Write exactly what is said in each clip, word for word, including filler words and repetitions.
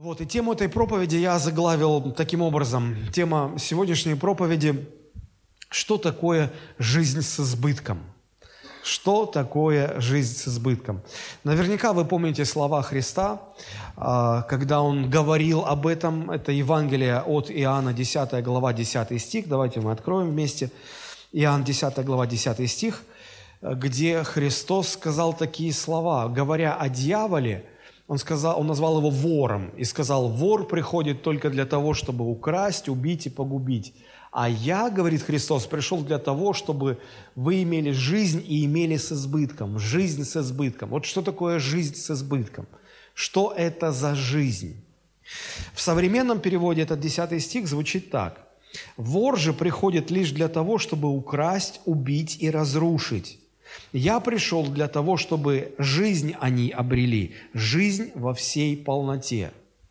Вот, и тему этой проповеди я заглавил таким образом. Тема сегодняшней проповеди – что такое жизнь с избытком? Что такое жизнь с избытком? Наверняка вы помните слова Христа, когда Он говорил об этом. Это Евангелие от Иоанна, десятая глава, десятый стих. Давайте мы откроем вместе. Иоанн, десятая глава, десятый стих, где Христос сказал такие слова, говоря о дьяволе. Он сказал, он назвал его вором и сказал: вор приходит только для того, чтобы украсть, убить и погубить. А я, говорит Христос, пришел для того, чтобы вы имели жизнь и имели с избытком. Жизнь с избытком. Вот что такое жизнь с избытком? Что это за жизнь? В современном переводе этот десятый стих звучит так. Вор же приходит лишь для того, чтобы украсть, убить и разрушить. Я пришел для того, чтобы жизнь они обрели, жизнь во всей полноте.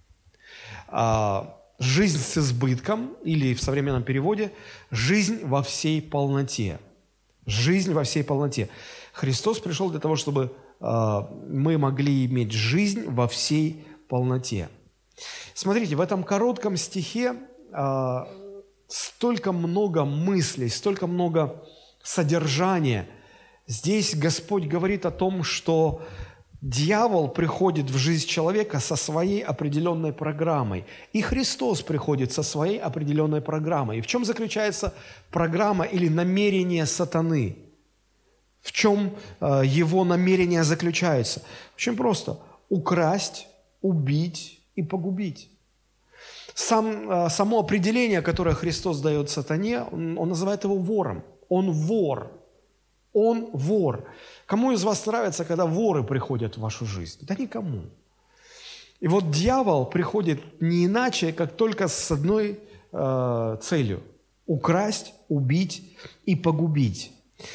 А, жизнь с избытком, или в современном переводе, жизнь во всей полноте. Жизнь во всей полноте. Христос пришел для того, чтобы а, мы могли иметь жизнь во всей полноте. Смотрите, в этом коротком стихе а, столько много мыслей, столько много содержания. Здесь Господь говорит о том, что дьявол приходит в жизнь человека со своей определенной программой, и Христос приходит со своей определенной программой. И в чем заключается программа или намерение сатаны? В чем э, его намерение заключается? Очень просто. Украсть, убить и погубить. Сам, э, само определение, которое Христос дает сатане, он, он называет его вором. Он вор. Он вор. Кому из вас нравится, когда воры приходят в вашу жизнь? Да никому. И вот дьявол приходит не иначе, как только с одной э, целью – украсть, убить и погубить.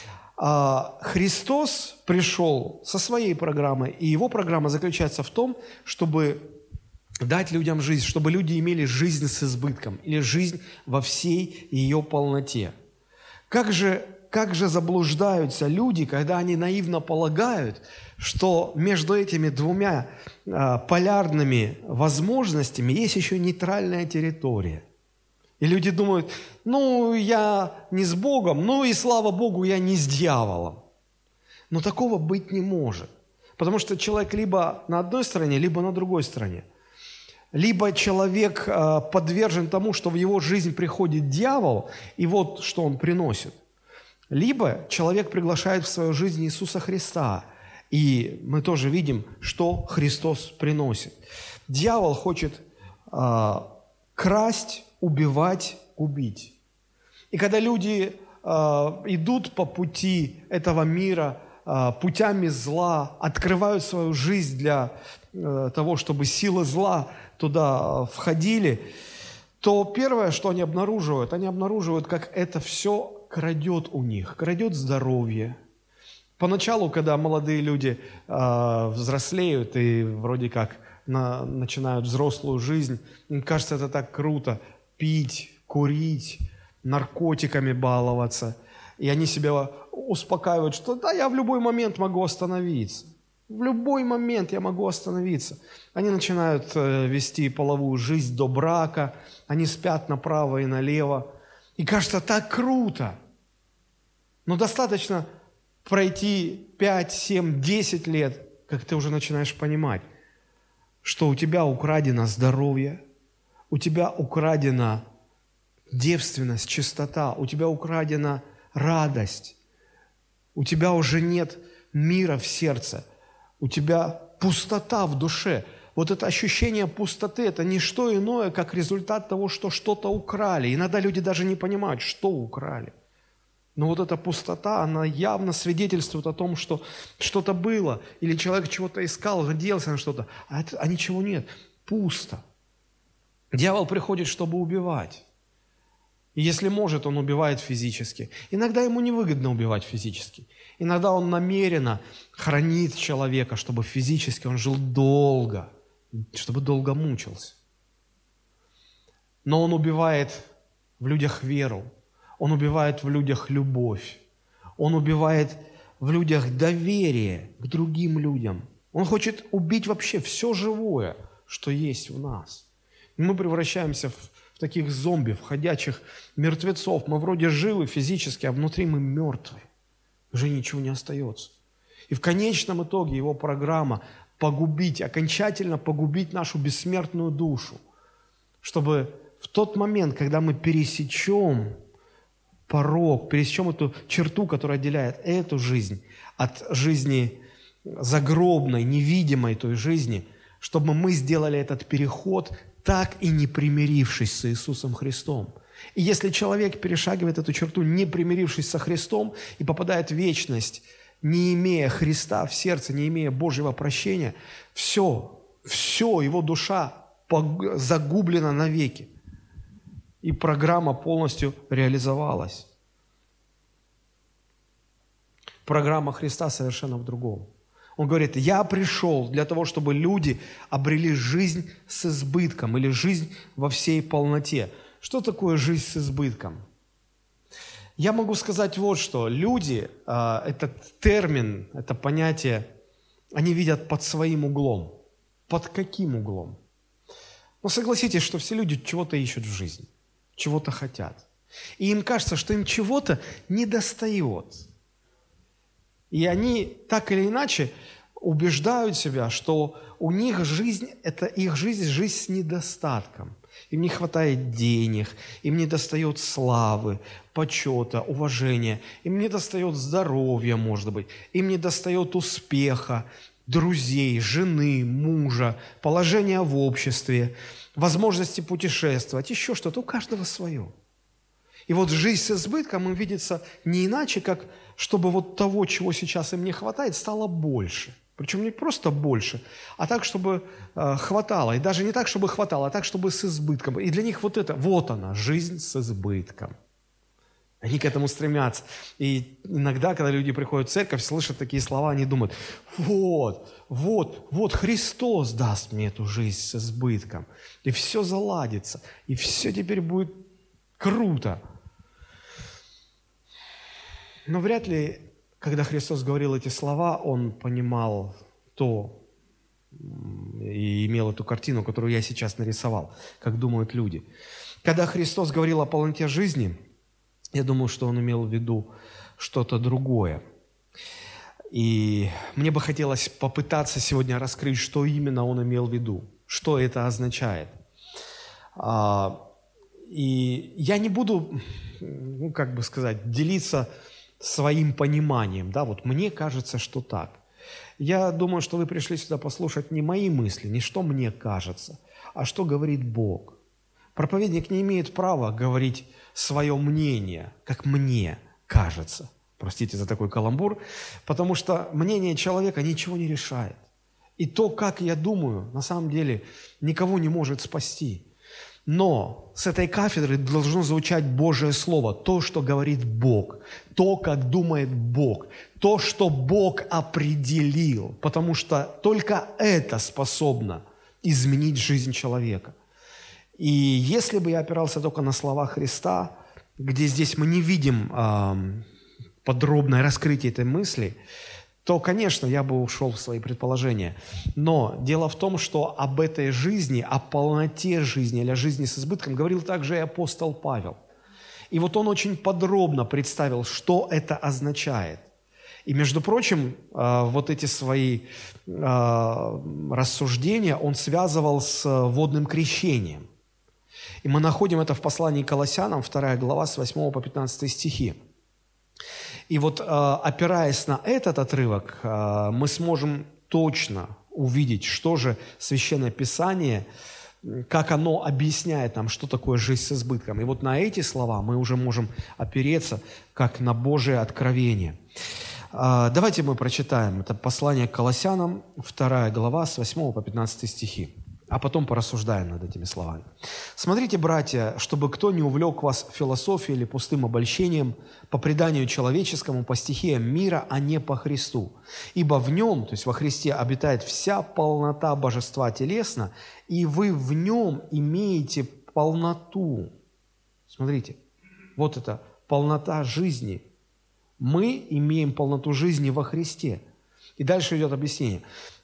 А Христос пришел со своей программой, и его программа заключается в том, чтобы дать людям жизнь, чтобы люди имели жизнь с избытком или жизнь во всей ее полноте. Как же Как же заблуждаются люди, когда они наивно полагают, что между этими двумя а, полярными возможностями есть еще нейтральная территория. И люди думают, ну, я не с Богом, ну и слава Богу, я не с дьяволом. Но такого быть не может. Потому что человек либо на одной стороне, либо на другой стороне. Либо человек а, подвержен тому, что в его жизнь приходит дьявол, и вот что он приносит. Либо человек приглашает в свою жизнь Иисуса Христа, и мы тоже видим, что Христос приносит. Дьявол хочет э, красть, убивать, убить. И когда люди э, идут по пути этого мира, э, путями зла, открывают свою жизнь для э, того, чтобы силы зла туда входили, то первое, что они обнаруживают, они обнаруживают, как это все крадет у них, крадет здоровье. Поначалу, когда молодые люди э, взрослеют и вроде как на, начинают взрослую жизнь, им кажется, это так круто – пить, курить, наркотиками баловаться. И они себя успокаивают, что да, я в любой момент могу остановиться. В любой момент я могу остановиться. Они начинают э, вести половую жизнь до брака, они спят направо и налево. И кажется, так круто. Но достаточно пройти пять, семь, десять лет, как ты уже начинаешь понимать, что у тебя украдено здоровье, у тебя украдена девственность, чистота, у тебя украдена радость, у тебя уже нет мира в сердце, у тебя пустота в душе. Вот это ощущение пустоты – это не что иное, как результат того, что что-то украли. Иногда люди даже не понимают, что украли. Но вот эта пустота, она явно свидетельствует о том, что что-то было, или человек чего-то искал, надеялся на что-то, а, это, а ничего нет, пусто. Дьявол приходит, чтобы убивать. И если может, он убивает физически. Иногда ему невыгодно убивать физически. Иногда он намеренно хранит человека, чтобы физически он жил долго, чтобы долго мучился. Но он убивает в людях веру. Он убивает в людях любовь. Он убивает в людях доверие к другим людям. Он хочет убить вообще все живое, что есть в нас. Мы превращаемся в, в таких зомби, в ходячих мертвецов. Мы вроде живы физически, а внутри мы мертвы. Уже ничего не остается. И в конечном итоге его программа погубить, окончательно погубить нашу бессмертную душу, чтобы в тот момент, когда мы пересечем порог, пересечем эту черту, которая отделяет эту жизнь от жизни загробной, невидимой той жизни, чтобы мы сделали этот переход, так и не примирившись с Иисусом Христом. И если человек перешагивает эту черту, не примирившись со Христом, и попадает в вечность, не имея Христа в сердце, не имея Божьего прощения, все, все, его душа загублена навеки. И программа полностью реализовалась. Программа Христа совершенно в другом. Он говорит, я пришел для того, чтобы люди обрели жизнь с избытком или жизнь во всей полноте. Что такое жизнь с избытком? Я могу сказать вот что. Люди, этот термин, это понятие, они видят под своим углом. Под каким углом? Но согласитесь, что все люди чего-то ищут в жизни, чего-то хотят. И им кажется, что им чего-то недостает. И они так или иначе убеждают себя, что у них жизнь, это их жизнь, жизнь с недостатком. Им не хватает денег, им не достает славы, почета, уважения, им не достает здоровья, может быть, им не достает успеха, друзей, жены, мужа, положения в обществе, возможности путешествовать, еще что-то, у каждого свое. И вот жизнь с избытком им видится не иначе, как чтобы вот того, чего сейчас им не хватает, стало больше. Причем не просто больше, а так, чтобы э, хватало. И даже не так, чтобы хватало, а так, чтобы с избытком. И для них вот это, вот она, жизнь с избытком. Они к этому стремятся. И иногда, когда люди приходят в церковь, слышат такие слова, они думают, вот, вот, вот Христос даст мне эту жизнь с избытком. И все заладится, и все теперь будет круто. Но вряд ли, когда Христос говорил эти слова, Он понимал то и имел эту картину, которую я сейчас нарисовал, как думают люди. Когда Христос говорил о полноте жизни, я думаю, что Он имел в виду что-то другое. И мне бы хотелось попытаться сегодня раскрыть, что именно Он имел в виду, что это означает. И я не буду, ну, как бы сказать, делиться своим пониманием, да, вот мне кажется, что так. Я думаю, что вы пришли сюда послушать не мои мысли, не что мне кажется, а что говорит Бог. Проповедник не имеет права говорить свое мнение, как мне кажется. Простите за такой каламбур, потому что мнение человека ничего не решает. И то, как я думаю, на самом деле никого не может спасти. Но с этой кафедры должно звучать Божие Слово, то, что говорит Бог, то, как думает Бог, то, что Бог определил, потому что только это способно изменить жизнь человека. И если бы я опирался только на слова Христа, где здесь мы не видим э, подробное раскрытие этой мысли, то, конечно, я бы ушел в свои предположения. Но дело в том, что об этой жизни, о полноте жизни или о жизни с избытком говорил также и апостол Павел. И вот он очень подробно представил, что это означает. И, между прочим, вот эти свои рассуждения он связывал с водным крещением. И мы находим это в послании к Колоссянам, вторая глава, с восьмого по пятнадцатый стихи. И вот, опираясь на этот отрывок, мы сможем точно увидеть, что же Священное Писание, как оно объясняет нам, что такое жизнь с избытком. И вот на эти слова мы уже можем опереться, как на Божие откровение. Давайте мы прочитаем это послание к Колоссянам, вторая глава, с восьмого по пятнадцатый стихи. А потом порассуждаем над этими словами. «Смотрите, братья, чтобы кто не увлек вас философией или пустым обольщением по преданию человеческому, по стихиям мира, а не по Христу. Ибо в нем, то есть во Христе, обитает вся полнота божества телесно, и вы в нем имеете полноту». Смотрите, вот это полнота жизни. Мы имеем полноту жизни во Христе. И дальше идет объяснение.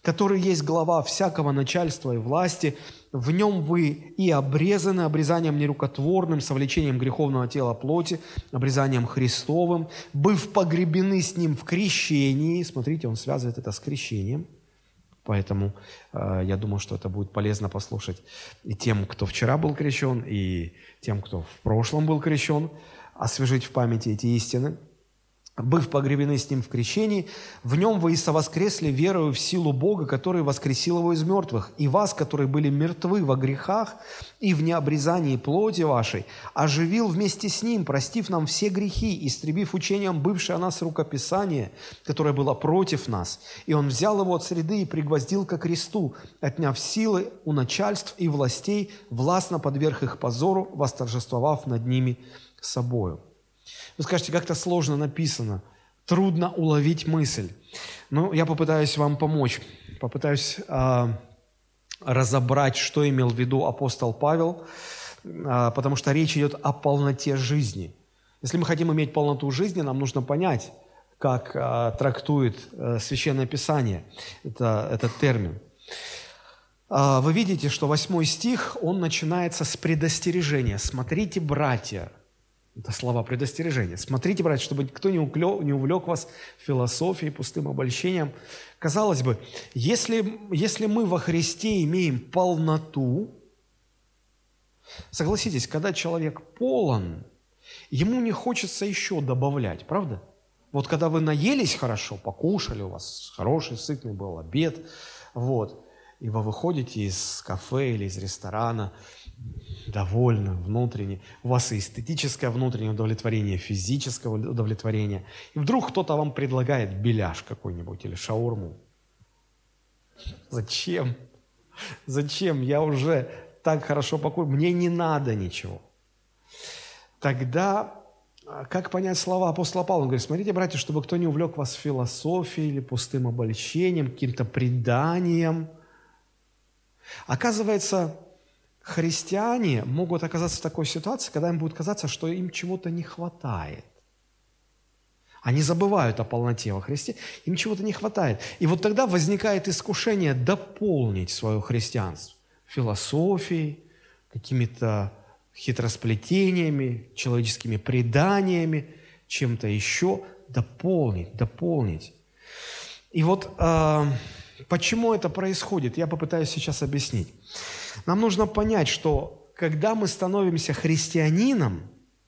который есть глава всякого начальства и власти, в нем вы и обрезаны обрезанием нерукотворным, совлечением греховного тела плоти, обрезанием Христовым, быв погребены с ним в крещении». Смотрите, он связывает это с крещением. Поэтому э, я думаю, что это будет полезно послушать и тем, кто вчера был крещен, и тем, кто в прошлом был крещен, освежить в памяти эти истины. «Быв погребены с ним в крещении, в нем вы и совоскресли верою в силу Бога, который воскресил его из мертвых, и вас, которые были мертвы во грехах и в необрезании плоти вашей, оживил вместе с ним, простив нам все грехи, истребив учением бывшее о нас рукописание, которое было против нас. И он взял его от среды и пригвоздил ко кресту, отняв силы у начальств и властей, властно подверг их позору, восторжествовав над ними собою». Вы скажете, как-то сложно написано, трудно уловить мысль. Ну, я попытаюсь вам помочь, попытаюсь э, разобрать, что имел в виду апостол Павел, э, потому что речь идет о полноте жизни. Если мы хотим иметь полноту жизни, нам нужно понять, как э, трактует э, Священное Писание это, этот термин. Э, вы видите, что восьмой стих, он начинается с предостережения. «Смотрите, братья». Это слова предостережения. «Смотрите, братья, чтобы никто не, уклё, не увлек вас философией, пустым обольщением». Казалось бы, если, если мы во Христе имеем полноту, согласитесь, когда человек полон, ему не хочется еще добавлять, правда? Вот когда вы наелись хорошо, покушали, у вас хороший, сытный был обед, вот, и вы выходите из кафе или из ресторана, довольны внутренне, у вас и эстетическое внутреннее удовлетворение, физическое удовлетворение, и вдруг кто-то вам предлагает беляш какой-нибудь или шаурму. Зачем? Зачем? Я уже так хорошо покушал, мне не надо ничего. Тогда, как понять слова апостола Павла? Он говорит, смотрите, братья, чтобы кто не увлек вас философией или пустым обольщением, каким-то преданием. Оказывается, христиане могут оказаться в такой ситуации, когда им будет казаться, что им чего-то не хватает. Они забывают о полноте во Христе, им чего-то не хватает. И вот тогда возникает искушение дополнить свое христианство философией, какими-то хитросплетениями, человеческими преданиями, чем-то еще, дополнить, дополнить. И вот э, почему это происходит, я попытаюсь сейчас объяснить. Нам нужно понять, что когда мы становимся христианином,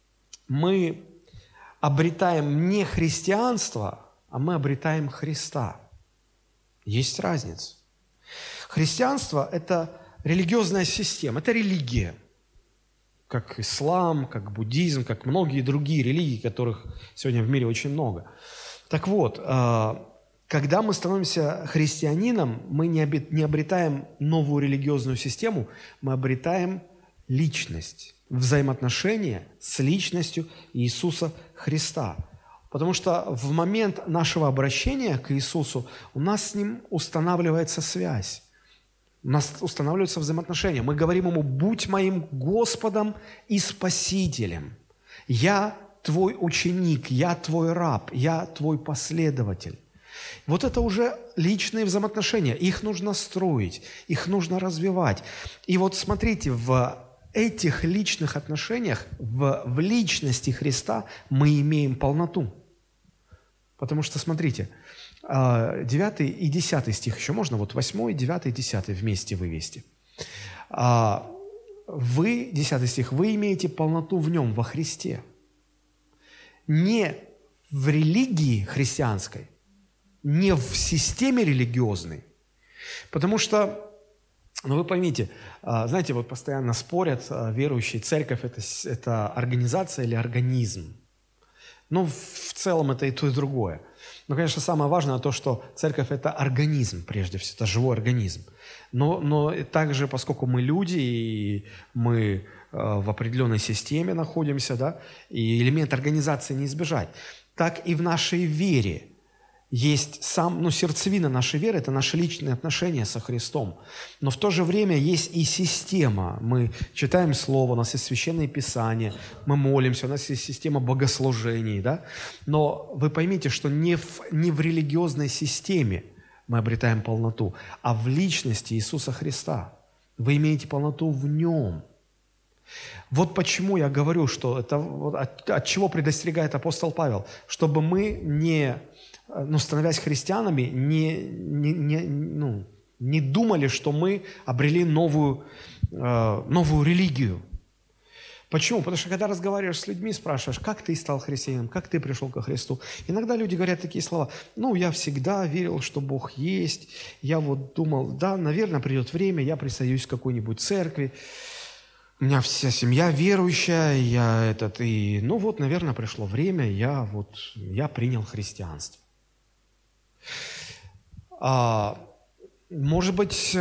мы обретаем не христианство, а мы обретаем Христа. Есть разница. Христианство – это религиозная система, это религия, как ислам, как буддизм, как многие другие религии, которых сегодня в мире очень много. Так вот, когда мы становимся христианином, мы не обретаем новую религиозную систему, мы обретаем личность, взаимоотношения с личностью Иисуса Христа. Потому что в момент нашего обращения к Иисусу у нас с Ним устанавливается связь, у нас устанавливаются взаимоотношения. Мы говорим Ему: «Будь моим Господом и Спасителем, я Твой ученик, я Твой раб, я Твой последователь». Вот это уже личные взаимоотношения. Их нужно строить, их нужно развивать. И вот смотрите, в этих личных отношениях, в, в личности Христа мы имеем полноту. Потому что, смотрите, девятый и десятый стих еще можно, вот восьмой, девятый и десятый вместе вывести. Вы, десятый стих, вы имеете полноту в Нем, во Христе. Не в религии христианской, не в системе религиозной. Потому что, ну вы поймите, знаете, вот постоянно спорят, верующие, церковь это, – это организация или организм. Ну, в целом это и то, и другое. Но, конечно, самое важное то, что церковь – это организм, прежде всего, это живой организм. Но, но также, поскольку мы люди, и мы в определенной системе находимся, да, и элемент организации не избежать, так и в нашей вере есть сам, ну, сердцевина нашей веры – это наши личные отношения со Христом. Но в то же время есть и система. Мы читаем Слово, у нас есть Священное Писание, мы молимся, у нас есть система богослужений, да? Но вы поймите, что не в, не в религиозной системе мы обретаем полноту, а в личности Иисуса Христа. Вы имеете полноту в Нем. Вот почему я говорю, что это вот от, от чего предостерегает апостол Павел, чтобы мы не, ну, становясь христианами, не, не, не, ну, не думали, что мы обрели новую, э, новую религию. Почему? Потому что когда разговариваешь с людьми, спрашиваешь, как ты стал христианином, как ты пришел ко Христу, иногда люди говорят такие слова: ну, я всегда верил, что Бог есть, я вот думал, да, наверное, придет время, я присоединюсь к какой-нибудь церкви, у меня вся семья верующая, я этот, и, ну вот, наверное, пришло время, я вот, я принял христианство. А, может быть,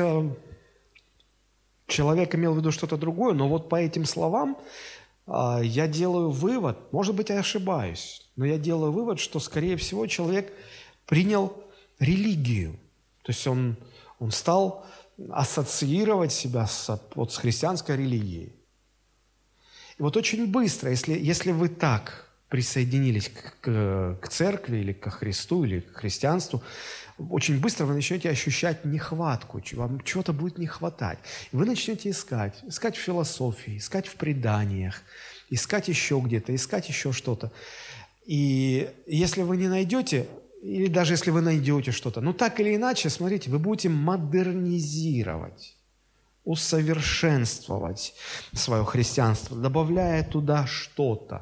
человек имел в виду что-то другое, но вот по этим словам а, я делаю вывод, может быть, я ошибаюсь, но я делаю вывод, что, скорее всего, человек принял религию, то есть он, он стал ассоциировать себя с, вот, с христианской религией. И вот очень быстро, если, если вы так присоединились к, к, к церкви или ко Христу, или к христианству, очень быстро вы начнете ощущать нехватку, вам чего-то будет не хватать. И вы начнете искать, искать в философии, искать в преданиях, искать еще где-то, искать еще что-то. И если вы не найдете, или даже если вы найдете что-то, ну так или иначе, смотрите, вы будете модернизировать, усовершенствовать свое христианство, добавляя туда что-то.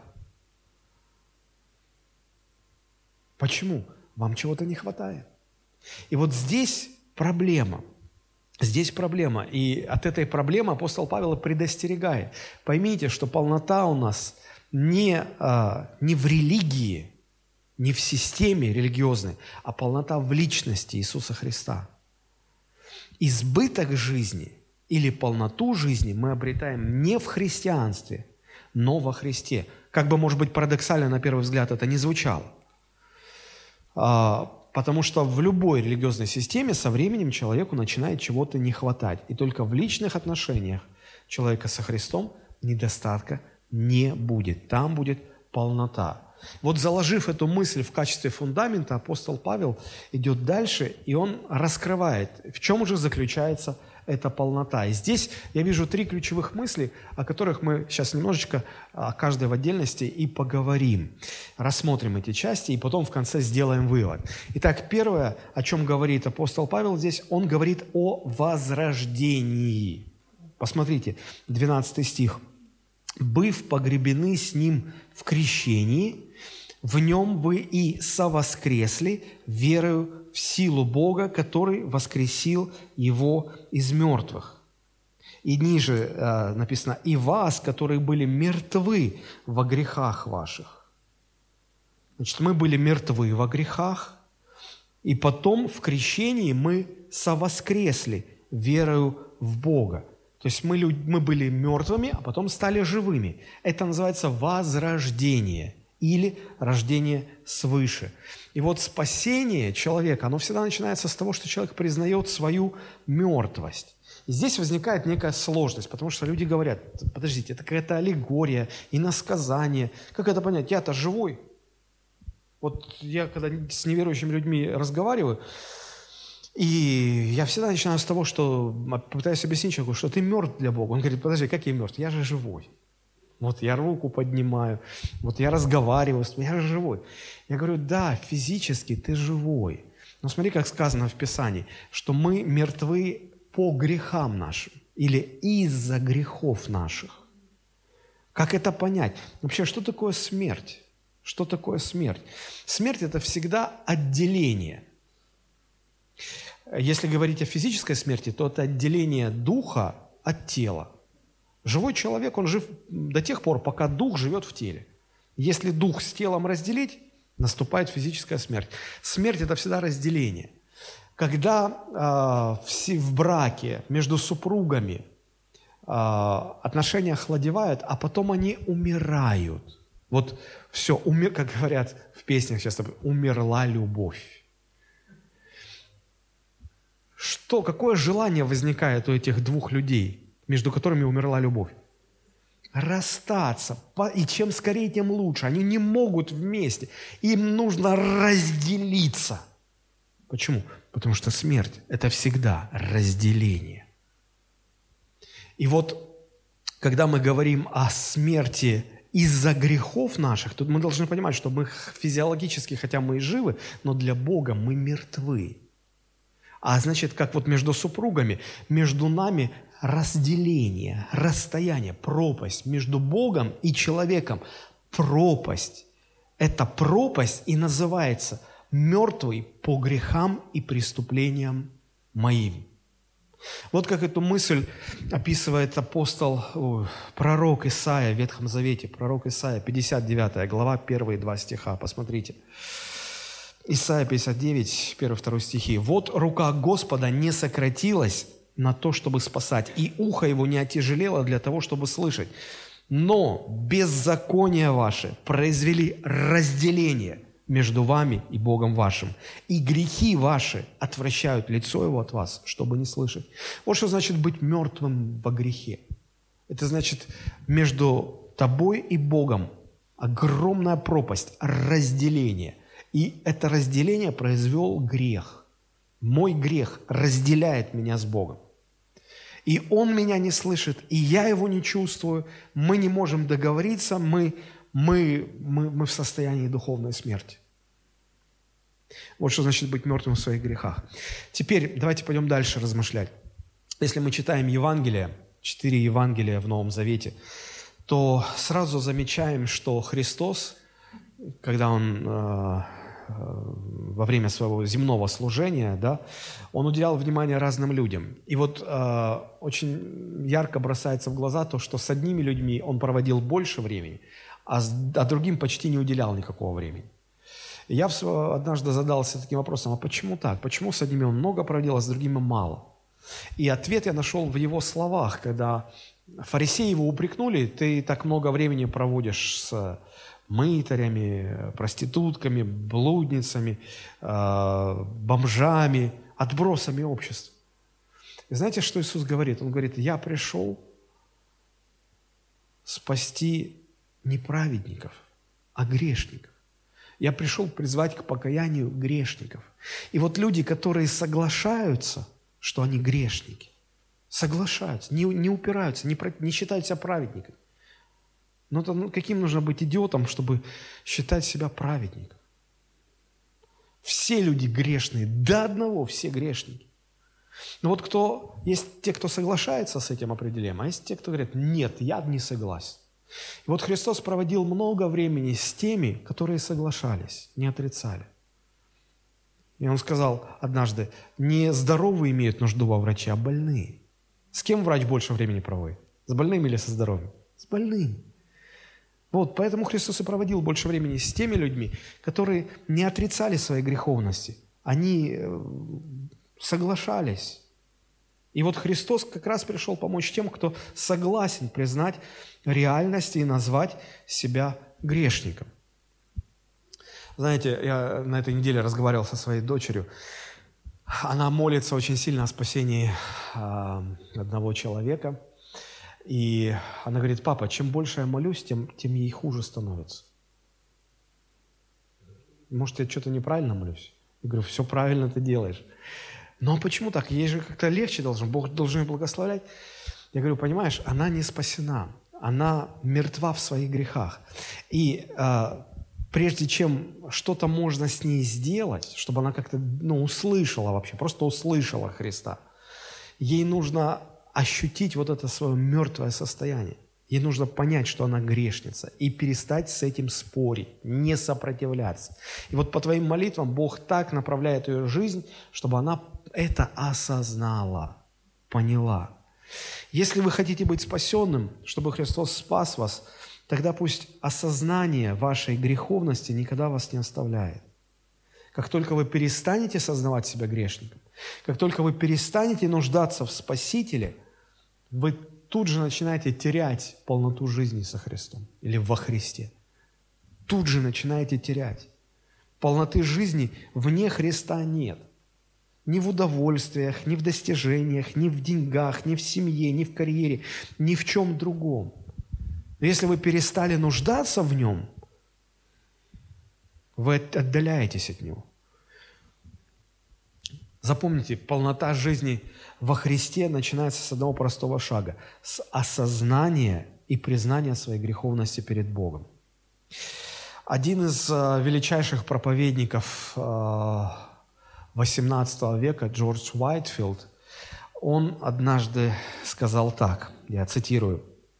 Почему? Вам чего-то не хватает. И вот здесь проблема. Здесь проблема. И от этой проблемы апостол Павел предостерегает. Поймите, что полнота у нас не, а, не в религии, не в системе религиозной, а полнота в личности Иисуса Христа. Избыток жизни или полноту жизни мы обретаем не в христианстве, но во Христе. Как бы, может быть, парадоксально на первый взгляд это не звучало. Потому что в любой религиозной системе со временем человеку начинает чего-то не хватать. И только в личных отношениях человека со Христом недостатка не будет. Там будет полнота. Вот заложив эту мысль в качестве фундамента, апостол Павел идет дальше, и он раскрывает, в чем же заключается эта полнота. И здесь я вижу три ключевых мысли, о которых мы сейчас немножечко, о каждой в отдельности, и поговорим. Рассмотрим эти части, и потом в конце сделаем вывод. Итак, первое, о чем говорит апостол Павел здесь, он говорит о возрождении. Посмотрите, двенадцатый стих. «Быв погребены с Ним в крещении, в Нем вы и совоскресли верою в силу Бога, который воскресил Его из мертвых». И ниже э, написано: «И вас, которые были мертвы во грехах ваших». Значит, мы были мертвы во грехах, и потом в крещении мы совоскресли верою в Бога. То есть мы, мы были мертвыми, а потом стали живыми. Это называется возрождение или рождение свыше. И вот спасение человека, оно всегда начинается с того, что человек признает свою мертвость. И здесь возникает некая сложность, потому что люди говорят: подождите, это какая-то аллегория, иносказание. Как это понять? Я-то живой. Вот я когда с неверующими людьми разговариваю, и я всегда начинаю с того, что пытаюсь объяснить человеку, что ты мертв для Бога. Он говорит: подожди, как я мертв? Я же живой. Вот я руку поднимаю, вот я разговариваю, я же живой. Я говорю: да, физически ты живой. Но смотри, как сказано в Писании, что мы мертвы по грехам нашим или из-за грехов наших. Как это понять? Вообще, что такое смерть? Что такое смерть? Смерть – это всегда отделение. Если говорить о физической смерти, то это отделение духа от тела. Живой человек, он жив до тех пор, пока дух живет в теле. Если дух с телом разделить, наступает физическая смерть. Смерть – это всегда разделение. Когда э, в, в браке между супругами э, отношения охладевают, а потом они умирают. Вот все, умер, как говорят в песнях часто, умерла любовь. Что, какое желание возникает у этих двух людей, между которыми умерла любовь? Расстаться. И чем скорее, тем лучше. Они не могут вместе. Им нужно разделиться. Почему? Потому что смерть – это всегда разделение. И вот, когда мы говорим о смерти из-за грехов наших, тут мы должны понимать, что мы физиологически, хотя мы и живы, но для Бога мы мертвы. А значит, как вот между супругами, между нами разделение, расстояние, пропасть между Богом и человеком. Пропасть. Эта пропасть и называется «мертвый по грехам и преступлениям моим». Вот как эту мысль описывает апостол, о, пророк Исаия в Ветхом Завете, пророк Исаия, пятьдесят девятая глава, первые два стиха, посмотрите. Исаия пятьдесят девять, первый-второй стихи. «Вот рука Господа не сократилась на то, чтобы спасать, и ухо его не отяжелело для того, чтобы слышать. Но беззакония ваши произвели разделение между вами и Богом вашим, и грехи ваши отвращают лицо его от вас, чтобы не слышать». Вот что значит быть мертвым во грехе. Это значит, между тобой и Богом огромная пропасть, разделение. И это разделение произвел грех. Мой грех разделяет меня с Богом. И Он меня не слышит, и я Его не чувствую. Мы не можем договориться, мы, мы, мы, мы в состоянии духовной смерти. Вот что значит быть мертвым в своих грехах. Теперь давайте пойдем дальше размышлять. Если мы читаем Евангелие, четыре Евангелия в Новом Завете, то сразу замечаем, что Христос, когда Он э, во время своего земного служения, да, Он уделял внимание разным людям. И вот э, очень ярко бросается в глаза то, что с одними людьми Он проводил больше времени, а, с, а другим почти не уделял никакого времени. И я в, однажды задался таким вопросом: а почему так? Почему с одними Он много проводил, а с другими мало? И ответ я нашел в Его словах, когда фарисеи Его упрекнули: ты так много времени проводишь с мытарями, проститутками, блудницами, бомжами, отбросами общества. И знаете, что Иисус говорит? Он говорит: я пришел спасти не праведников, а грешников. Я пришел призвать к покаянию грешников. И вот люди, которые соглашаются, что они грешники, соглашаются, не, не упираются, не, не считают себя праведниками. Но то, ну, каким нужно быть идиотом, чтобы считать себя праведником? Все люди грешные, до одного все грешники. Но вот кто, есть те, кто соглашается с этим определением, а есть те, кто говорит: нет, я не согласен. И вот Христос проводил много времени с теми, которые соглашались, не отрицали. И Он сказал однажды: не здоровые имеют нужду во враче, а больные. С кем врач больше времени проводит? С больными или со здоровыми? С больными. Вот, поэтому Христос и проводил больше времени с теми людьми, которые не отрицали своей греховности. Они соглашались. И вот Христос как раз пришел помочь тем, кто согласен признать реальность и назвать себя грешником. Знаете, я на этой неделе разговаривал со своей дочерью. Она молится очень сильно о спасении одного человека. И она говорит: папа, чем больше я молюсь, тем, тем ей хуже становится. Может, я что-то неправильно молюсь? Я говорю: все правильно ты делаешь. Но почему так? Ей же как-то легче должно, Бог должен ее благословлять. Я говорю: понимаешь, она не спасена, она мертва в своих грехах. И э, прежде чем что-то можно с ней сделать, чтобы она как-то ну, услышала вообще, просто услышала Христа, ей нужно ощутить вот это свое мертвое состояние. Ей нужно понять, что она грешница, и перестать с этим спорить, не сопротивляться. И вот по твоим молитвам Бог так направляет ее жизнь, чтобы она это осознала, поняла. Если вы хотите быть спасенным, чтобы Христос спас вас, тогда пусть осознание вашей греховности никогда вас не оставляет. Как только вы перестанете сознавать себя грешником, как только вы перестанете нуждаться в Спасителе, вы тут же начинаете терять полноту жизни со Христом или во Христе. Тут же начинаете терять. Полноты жизни вне Христа нет. Ни в удовольствиях, ни в достижениях, ни в деньгах, ни в семье, ни в карьере, ни в чем другом. Но если вы перестали нуждаться в Нем, вы отдаляетесь от Него. Запомните, полнота жизни во Христе начинается с одного простого шага, с осознания и признания своей греховности перед Богом. Один из э, величайших проповедников э, восемнадцатого века, Джордж Уайтфилд, он однажды сказал так, я цитирую: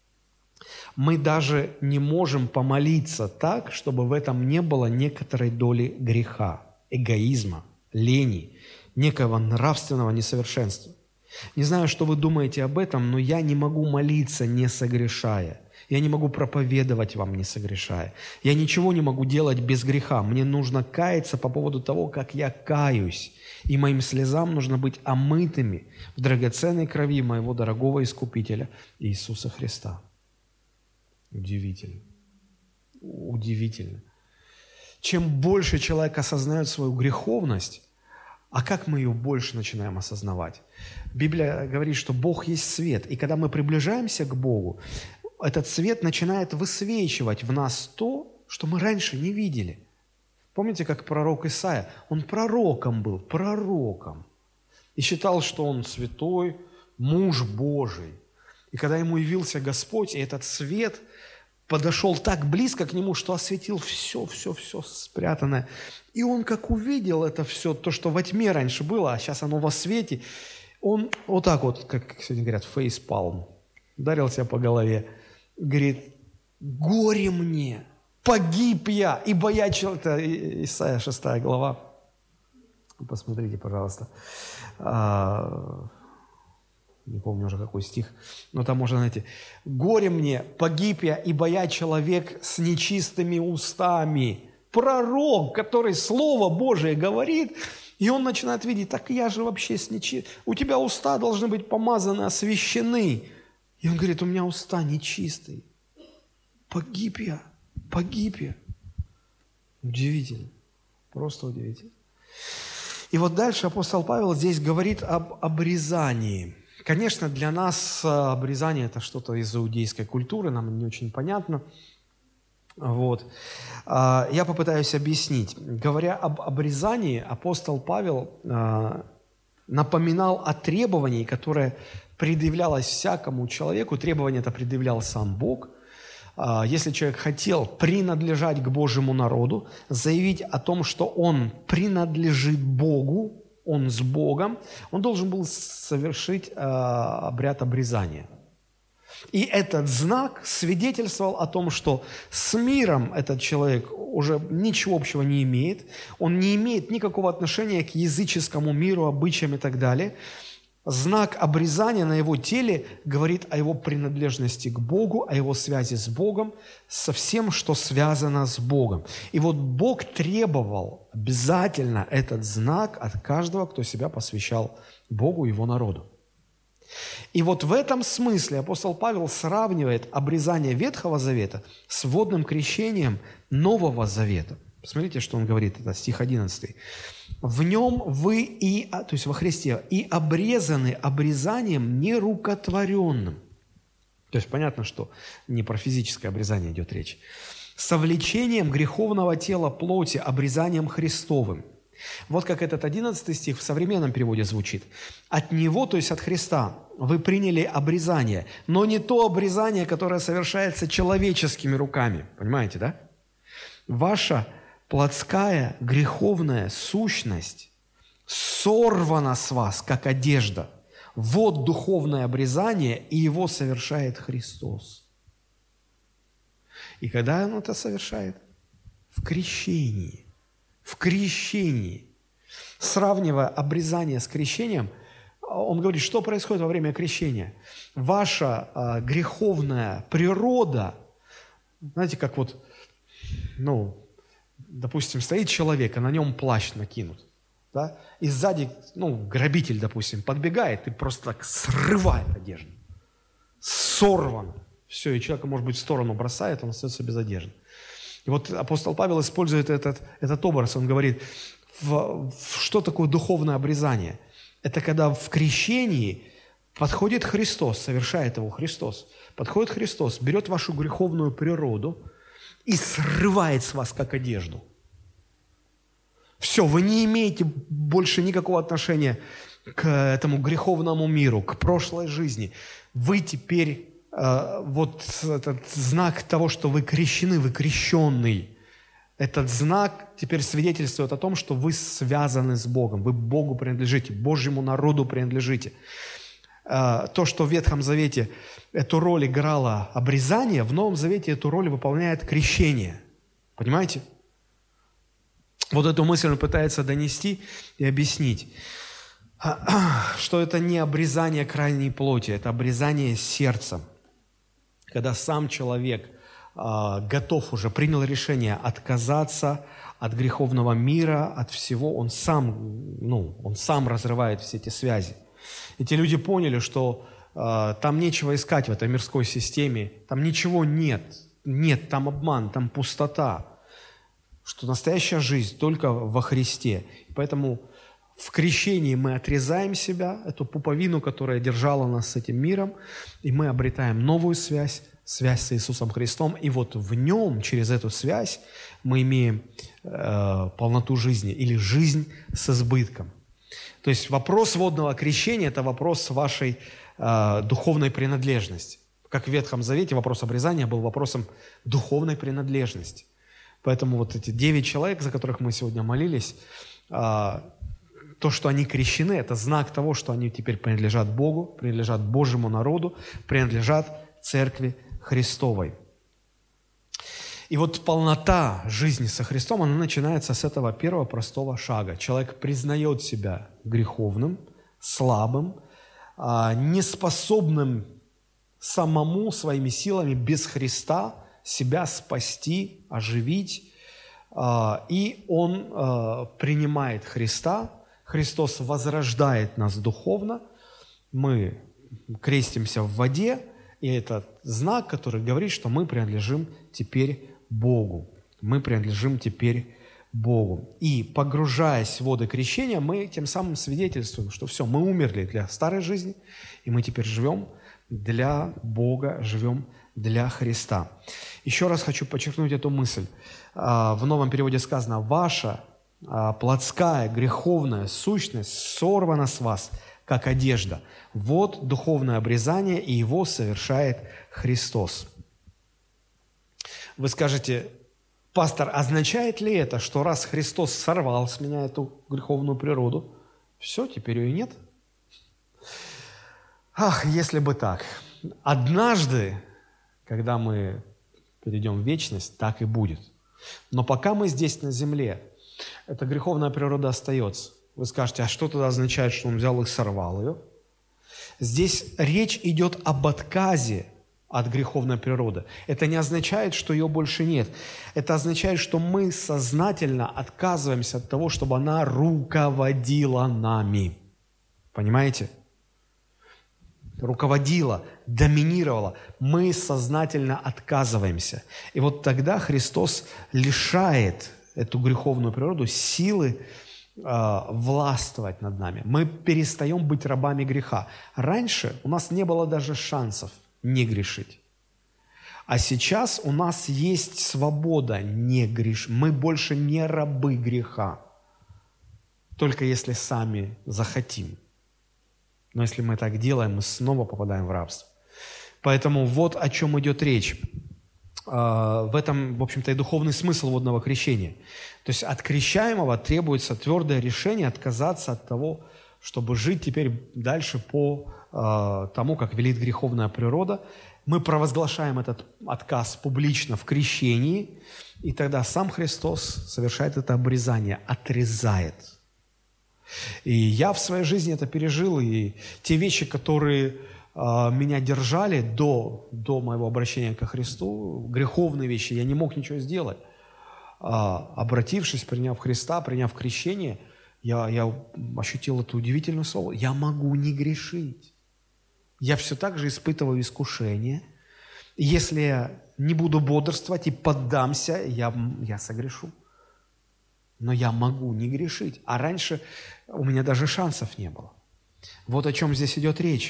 «Мы даже не можем помолиться так, чтобы в этом не было некоторой доли греха, эгоизма, лени, некого нравственного несовершенства. Не знаю, что вы думаете об этом, но я не могу молиться, не согрешая. Я не могу проповедовать вам, не согрешая. Я ничего не могу делать без греха. Мне нужно каяться по поводу того, как я каюсь. И моим слезам нужно быть омытыми в драгоценной крови моего дорогого Искупителя Иисуса Христа». Удивительно. Удивительно. Чем больше человек осознает свою греховность, а как мы ее больше начинаем осознавать? Библия говорит, что Бог есть свет, и когда мы приближаемся к Богу, этот свет начинает высвечивать в нас то, что мы раньше не видели. Помните, как пророк Исаия? Он пророком был, пророком. И считал, что он святой, муж Божий. И когда ему явился Господь, и этот свет подошел так близко к нему, что осветил все, все, все спрятанное. И он как увидел это все, то, что во тьме раньше было, а сейчас оно во свете, он вот так вот, как сегодня говорят, фейспалм, ударил себя по голове. Говорит: «Горе мне, погиб я, ибо я...» Это Исайя шестая глава. Посмотрите, пожалуйста. А, не помню уже какой стих, но там можно найти. «Горе мне, погиб я, ибо я человек с нечистыми устами». Пророк, который Слово Божие говорит, и он начинает видеть: так я же вообще с нечистыми. У тебя уста должны быть помазаны, освящены. И он говорит: у меня уста нечистые. Погиб я, погиб я. Удивительно, просто удивительно. И вот дальше апостол Павел здесь говорит об обрезании. Конечно, для нас обрезание – это что-то из иудейской культуры, нам не очень понятно. Вот. Я попытаюсь объяснить. Говоря об обрезании, апостол Павел напоминал о требовании, которое предъявлялось всякому человеку. Требование это предъявлял сам Бог. Если человек хотел принадлежать к Божьему народу, заявить о том, что он принадлежит Богу, он с Богом, он должен был совершить обряд обрезания. И этот знак свидетельствовал о том, что с миром этот человек уже ничего общего не имеет, он не имеет никакого отношения к языческому миру, обычаям и так далее. Знак обрезания на его теле говорит о его принадлежности к Богу, о его связи с Богом, со всем, что связано с Богом. И вот Бог требовал обязательно этот знак от каждого, кто себя посвящал Богу и его народу. И вот в этом смысле апостол Павел сравнивает обрезание Ветхого Завета с водным крещением Нового Завета. Посмотрите, что он говорит, это стих одиннадцатый. «В нем вы и, то есть во Христе, и обрезаны обрезанием нерукотворенным». То есть понятно, что не про физическое обрезание идет речь. «Совлечением греховного тела плоти, обрезанием Христовым». Вот как этот одиннадцатый стих в современном переводе звучит. «От Него, то есть от Христа, вы приняли обрезание, но не то обрезание, которое совершается человеческими руками». Понимаете, да? «Ваша плотская греховная сущность сорвана с вас, как одежда. Вот духовное обрезание, и его совершает Христос». И когда Он это совершает? В крещении. В крещении. Сравнивая обрезание с крещением, он говорит, что происходит во время крещения. Ваша э, греховная природа, знаете, как вот, ну, допустим, стоит человек, а на нем плащ накинут, да, и сзади, ну, грабитель, допустим, подбегает и просто так срывает одежду. Сорвано. Все, и человека, может быть, в сторону бросает, он остается без одежды. И вот апостол Павел использует этот, этот образ, он говорит, в, в, что такое духовное обрезание? Это когда в крещении подходит Христос, совершает его Христос, подходит Христос, берет вашу греховную природу и срывает с вас как одежду. Все, вы не имеете больше никакого отношения к этому греховному миру, к прошлой жизни. Вы теперь, э, вот этот знак того, что вы крещены, вы крещенный, этот знак теперь свидетельствует о том, что вы связаны с Богом, вы Богу принадлежите, Божьему народу принадлежите. Э, то, что в Ветхом Завете эту роль играло обрезание, в Новом Завете эту роль выполняет крещение. Понимаете? Вот эту мысль он пытается донести и объяснить, что это не обрезание крайней плоти, это обрезание сердца. Когда сам человек э, готов уже, принял решение отказаться от греховного мира, от всего, он сам, ну, он сам разрывает все эти связи. Эти люди поняли, что э, там нечего искать в этой мирской системе, там ничего нет, нет, там обман, там пустота. Что настоящая жизнь только во Христе. И поэтому в крещении мы отрезаем себя, эту пуповину, которая держала нас с этим миром, и мы обретаем новую связь, связь с Иисусом Христом. И вот в Нем, через эту связь, мы имеем э, полноту жизни или жизнь с избытком. То есть вопрос водного крещения – это вопрос вашей э, духовной принадлежности. Как в Ветхом Завете вопрос обрезания был вопросом духовной принадлежности. Поэтому вот эти девять человек, за которых мы сегодня молились, то, что они крещены, это знак того, что они теперь принадлежат Богу, принадлежат Божьему народу, принадлежат Церкви Христовой. И вот полнота жизни со Христом, она начинается с этого первого простого шага. Человек признает себя греховным, слабым, неспособным самому своими силами без Христа себя спасти, оживить, и он принимает Христа, Христос возрождает нас духовно, мы крестимся в воде, и это знак, который говорит, что мы принадлежим теперь Богу, мы принадлежим теперь Богу. И погружаясь в воды крещения, мы тем самым свидетельствуем, что все, мы умерли для старой жизни, и мы теперь живем для Бога, живем для Христа. Еще раз хочу подчеркнуть эту мысль. В новом переводе сказано: «Ваша плотская, греховная сущность сорвана с вас, как одежда. Вот духовное обрезание, и его совершает Христос». Вы скажете: пастор, означает ли это, что раз Христос сорвал с меня эту греховную природу, все, теперь ее нет? Ах, если бы так. Однажды, когда мы перейдем в вечность, так и будет. Но пока мы здесь на земле, эта греховная природа остается. Вы скажете: а что тогда означает, что он взял и сорвал ее? Здесь речь идет об отказе от греховной природы. Это не означает, что ее больше нет. Это означает, что мы сознательно отказываемся от того, чтобы она руководила нами. Понимаете? Руководила, доминировала. Мы сознательно отказываемся. И вот тогда Христос лишает эту греховную природу силы э, властвовать над нами. Мы перестаем быть рабами греха. Раньше у нас не было даже шансов не грешить. А сейчас у нас есть свобода не грешить. Мы больше не рабы греха. Только если сами захотим. Но если мы так делаем, мы снова попадаем в рабство. Поэтому вот о чем идет речь. В этом, в общем-то, и духовный смысл водного крещения. То есть от крещаемого требуется твердое решение отказаться от того, чтобы жить теперь дальше по тому, как велит греховная природа. Мы провозглашаем этот отказ публично в крещении, и тогда сам Христос совершает это обрезание, отрезает. И я в своей жизни это пережил, и те вещи, которые э, меня держали до, до моего обращения ко Христу, греховные вещи, я не мог ничего сделать. А, обратившись, приняв Христа, приняв крещение, я, я ощутил эту удивительную слово. Я могу не грешить. Я все так же испытываю искушение. И если я не буду бодрствовать и поддамся, я, я согрешу. Но я могу не грешить. А раньше у меня даже шансов не было. Вот о чем здесь идет речь.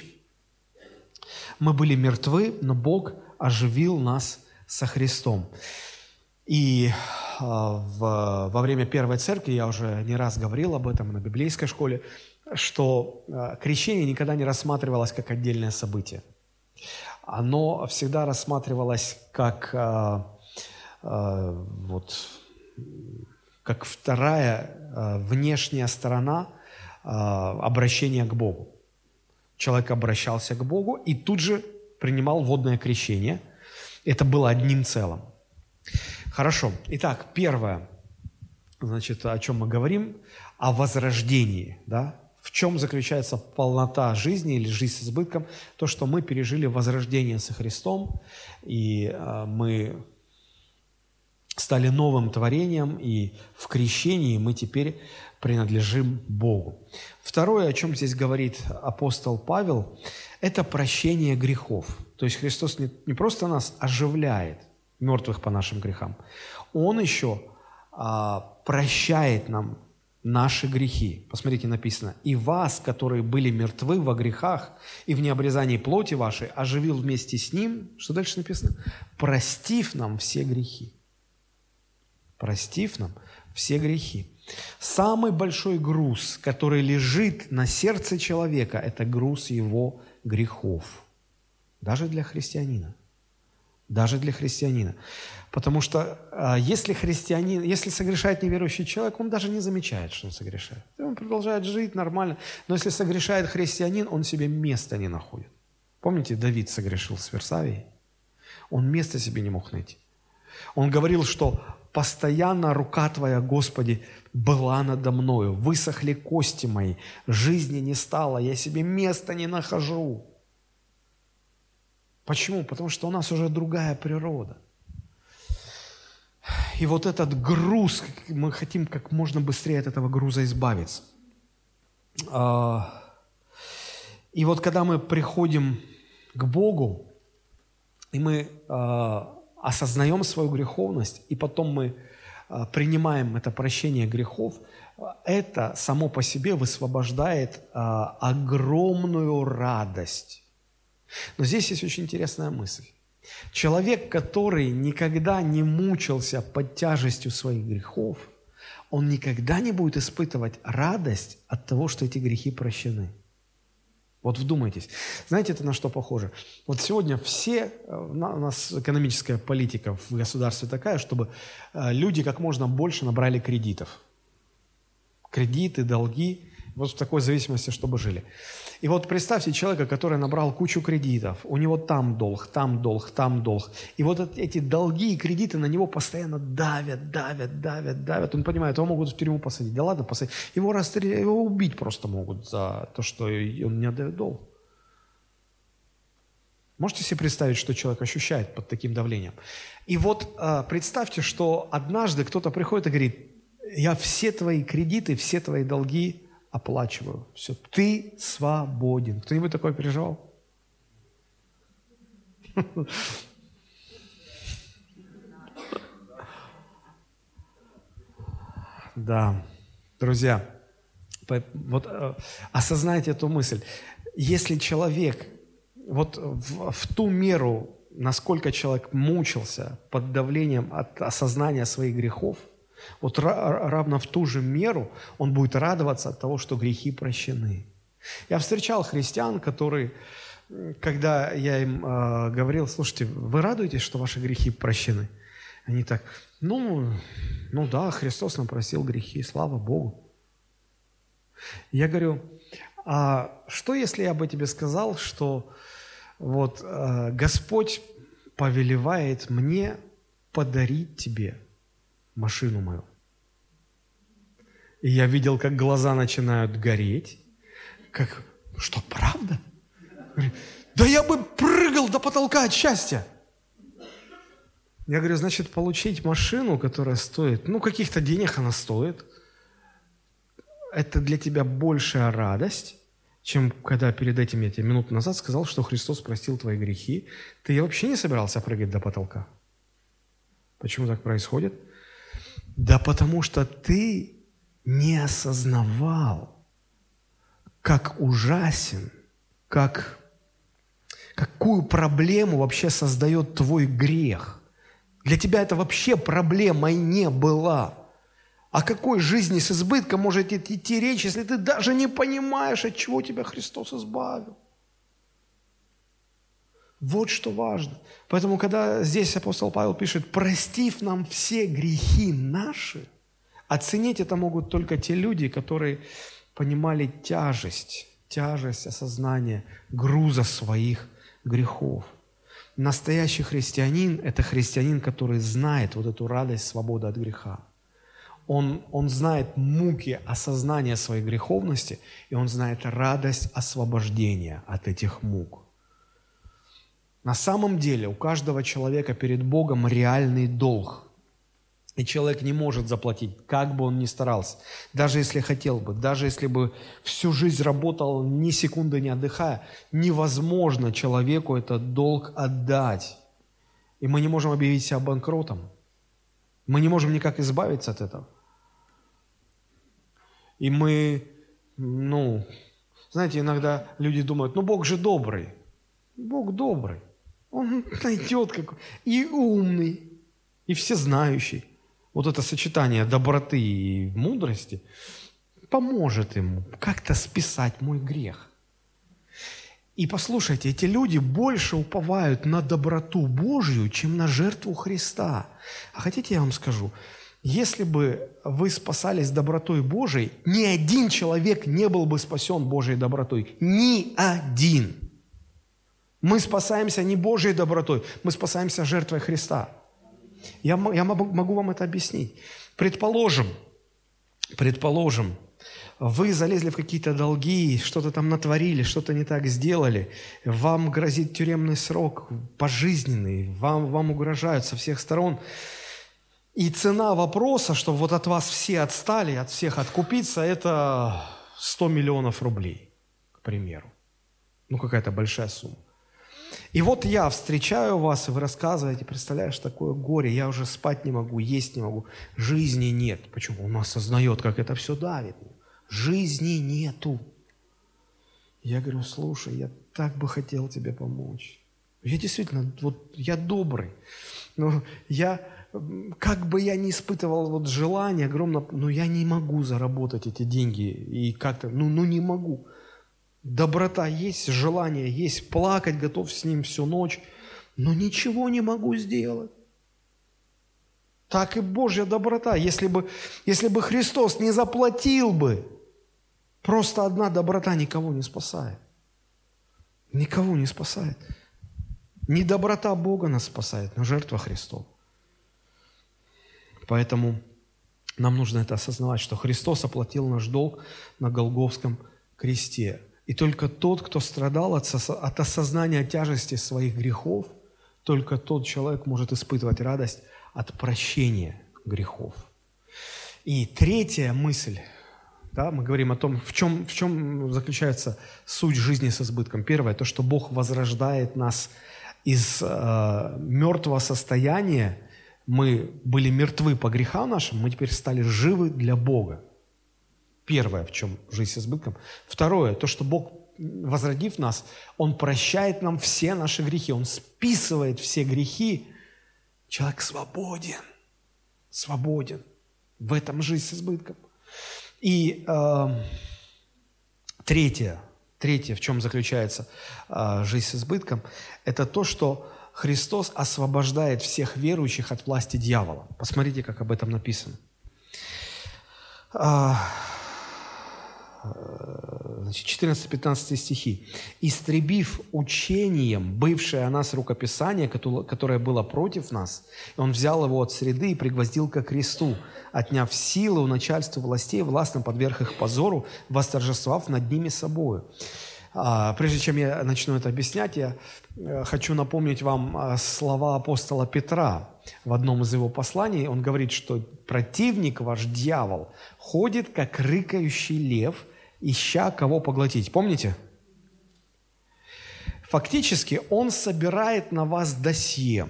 Мы были мертвы, но Бог оживил нас со Христом. И в, во время первой церкви, я уже не раз говорил об этом на библейской школе, что крещение никогда не рассматривалось как отдельное событие. Оно всегда рассматривалось как, вот, как вторая внешняя сторона обращения к Богу. Человек обращался к Богу и тут же принимал водное крещение. Это было одним целым. Хорошо. Итак, первое, значит, о чем мы говорим, о возрождении, да? В чем заключается полнота жизни или жизнь с избытком? То, что мы пережили возрождение со Христом, и э, мы стали новым творением, и в крещении мы теперь принадлежим Богу. Второе, о чем здесь говорит апостол Павел, это прощение грехов. То есть Христос не, не просто нас оживляет, мертвых по нашим грехам, Он еще а, прощает нам наши грехи. Посмотрите, написано: «И вас, которые были мертвы во грехах и в необрезании плоти вашей, оживил вместе с Ним». Что дальше написано? «Простив нам все грехи». Простив нам все грехи. Самый большой груз, который лежит на сердце человека, это груз его грехов. Даже для христианина. Даже для христианина. Потому что а, если христианин, если согрешает неверующий человек, он даже не замечает, что он согрешает. Он продолжает жить нормально. Но если согрешает христианин, он себе места не находит. Помните, Давид согрешил с Версавией? Он места себе не мог найти. Он говорил, что «постоянно рука Твоя, Господи, была надо мною, высохли кости мои, жизни не стало, я себе места не нахожу». Почему? Потому что у нас уже другая природа. И вот этот груз, мы хотим как можно быстрее от этого груза избавиться. И вот когда мы приходим к Богу, и мы осознаем свою греховность, и потом мы принимаем это прощение грехов, это само по себе высвобождает огромную радость. Но здесь есть очень интересная мысль. Человек, который никогда не мучился под тяжестью своих грехов, он никогда не будет испытывать радость от того, что эти грехи прощены. Вот вдумайтесь. Знаете, это на что похоже? Вот сегодня все, у нас экономическая политика в государстве такая, чтобы люди как можно больше набрали кредитов. Кредиты, долги. Вот в такой зависимости, чтобы жили. И вот представьте человека, который набрал кучу кредитов, у него там долг, там долг, там долг. И вот эти долги и кредиты на него постоянно давят, давят, давят, давят. Он понимает, его могут в тюрьму посадить. Да ладно, посадить. Его расстрелять, его убить просто могут за то, что он не отдает долг. Можете себе представить, что человек ощущает под таким давлением? И вот представьте, что однажды кто-то приходит и говорит: я все твои кредиты, все твои долги оплачиваю. Все, ты свободен. Кто-нибудь такое переживал? Да, друзья, вот осознайте эту мысль. Если человек, вот в, в ту меру, насколько человек мучился под давлением от осознания своих грехов, вот равно в ту же меру он будет радоваться от того, что грехи прощены. Я встречал христиан, которые, когда я им э, говорил: слушайте, вы радуетесь, что ваши грехи прощены? Они так: ну, ну да, Христос нам простил грехи, слава Богу. Я говорю: а что, если я бы тебе сказал, что вот э, Господь повелевает мне подарить тебе машину мою? И я видел, как глаза начинают гореть. Как, что, правда? Говорю, да я бы прыгал до потолка от счастья. Я говорю, значит, получить машину, которая стоит, ну, каких-то денег она стоит, это для тебя большая радость, чем когда перед этим я тебе минуту назад сказал, что Христос простил твои грехи. Ты вообще не собирался прыгать до потолка. Почему так происходит? Да потому что ты не осознавал, как ужасен, как, какую проблему вообще создает твой грех. Для тебя это вообще проблемой не было. О какой жизни с избытком может идти речь, если ты даже не понимаешь, от чего тебя Христос избавил? Вот что важно. Поэтому, когда здесь апостол Павел пишет, простив нам все грехи наши, оценить это могут только те люди, которые понимали тяжесть, тяжесть осознания груза своих грехов. Настоящий христианин – это христианин, который знает вот эту радость свободы от греха. Он, он знает муки осознания своей греховности, и он знает радость освобождения от этих мук. На самом деле у каждого человека перед Богом реальный долг. И человек не может заплатить, как бы он ни старался. Даже если хотел бы, даже если бы всю жизнь работал, ни секунды не отдыхая, невозможно человеку этот долг отдать. И мы не можем объявить себя банкротом. Мы не можем никак избавиться от этого. И мы, ну, знаете, иногда люди думают, ну, Бог же добрый. Бог добрый. Он найдет какой и умный, и всезнающий. Вот это сочетание доброты и мудрости поможет ему как-то списать мой грех. И послушайте, эти люди больше уповают на доброту Божью, чем на жертву Христа. А хотите, я вам скажу, если бы вы спасались добротой Божией, ни один человек не был бы спасен Божьей добротой. Ни один. Мы спасаемся не Божьей добротой, мы спасаемся жертвой Христа. Я, я могу вам это объяснить. Предположим, предположим, вы залезли в какие-то долги, что-то там натворили, что-то не так сделали, вам грозит тюремный срок, пожизненный, вам, вам угрожают со всех сторон. И цена вопроса, чтобы вот от вас все отстали, от всех откупиться, это сто миллионов рублей, к примеру. Ну, какая-то большая сумма. И вот я встречаю вас, и вы рассказываете, представляешь, такое горе, я уже спать не могу, есть не могу, жизни нет. Почему? Он осознает, как это все давит. Жизни нету. Я говорю, слушай, я так бы хотел тебе помочь. Я действительно, вот я добрый. Но я, как бы я ни испытывал вот желание огромное, но я не могу заработать эти деньги. И как-то, ну, ну не могу. Доброта есть, желание есть, плакать готов с ним всю ночь, но ничего не могу сделать. Так и Божья доброта. Если бы, если бы Христос не заплатил бы, просто одна доброта никого не спасает. Никого не спасает. Не доброта Бога нас спасает, но жертва Христова. Поэтому нам нужно это осознавать, что Христос оплатил наш долг на Голгофском кресте. И только тот, кто страдал от, от осознания тяжести своих грехов, только тот человек может испытывать радость от прощения грехов. И третья мысль, да, мы говорим о том, в чем, в чем заключается суть жизни с избытком. Первое, то, что Бог возрождает нас из э, мертвого состояния. Мы были мертвы по грехам нашим, мы теперь стали живы для Бога. Первое, в чем жизнь с избытком. Второе, то, что Бог, возродив нас, Он прощает нам все наши грехи. Он списывает все грехи. Человек свободен. Свободен. В этом жизнь с избытком. И э, третье, третье, в чем заключается э, жизнь с избытком, это то, что Христос освобождает всех верующих от власти дьявола. Посмотрите, как об этом написано. четырнадцатый-пятнадцатый стихи. «Истребив учением бывшее о нас рукописание, которое было против нас, он взял его от среды и пригвоздил ко кресту, отняв силы у начальства властей, властно подверг их позору, восторжествовав над ними собою». Прежде чем я начну это объяснять, я хочу напомнить вам слова апостола Петра. В одном из его посланий он говорит, что противник ваш, дьявол, ходит, как рыкающий лев, ища кого поглотить. Помните? Фактически он собирает на вас досье.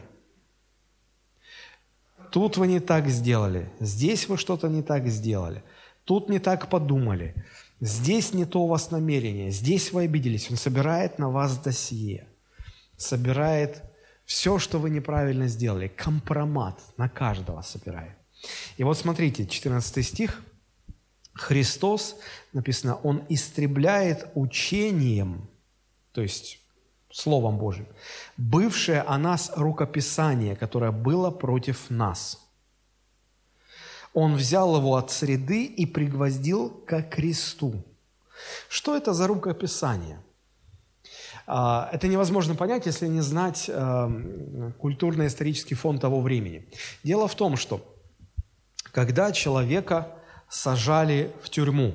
Тут вы не так сделали, здесь вы что-то не так сделали, тут не так подумали, здесь не то у вас намерение, здесь вы обиделись. Он собирает на вас досье, собирает Все, что вы неправильно сделали, компромат на каждого собирает. И вот смотрите, четырнадцатый стих. Христос, написано, Он истребляет учением, то есть Словом Божьим, бывшее о нас рукописание, которое было против нас. Он взял его от среды и пригвоздил ко кресту. Что это за рукописание? Это невозможно понять, если не знать культурно-исторический фон того времени. Дело в том, что когда человека сажали в тюрьму,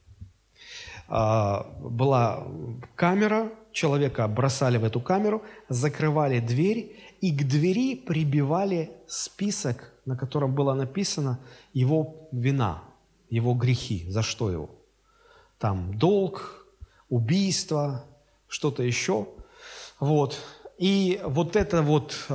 была камера, человека бросали в эту камеру, закрывали дверь, и к двери прибивали список, на котором было написано его вина, его грехи, за что его. Там долг, убийство, что-то еще. Вот. И вот это вот, э,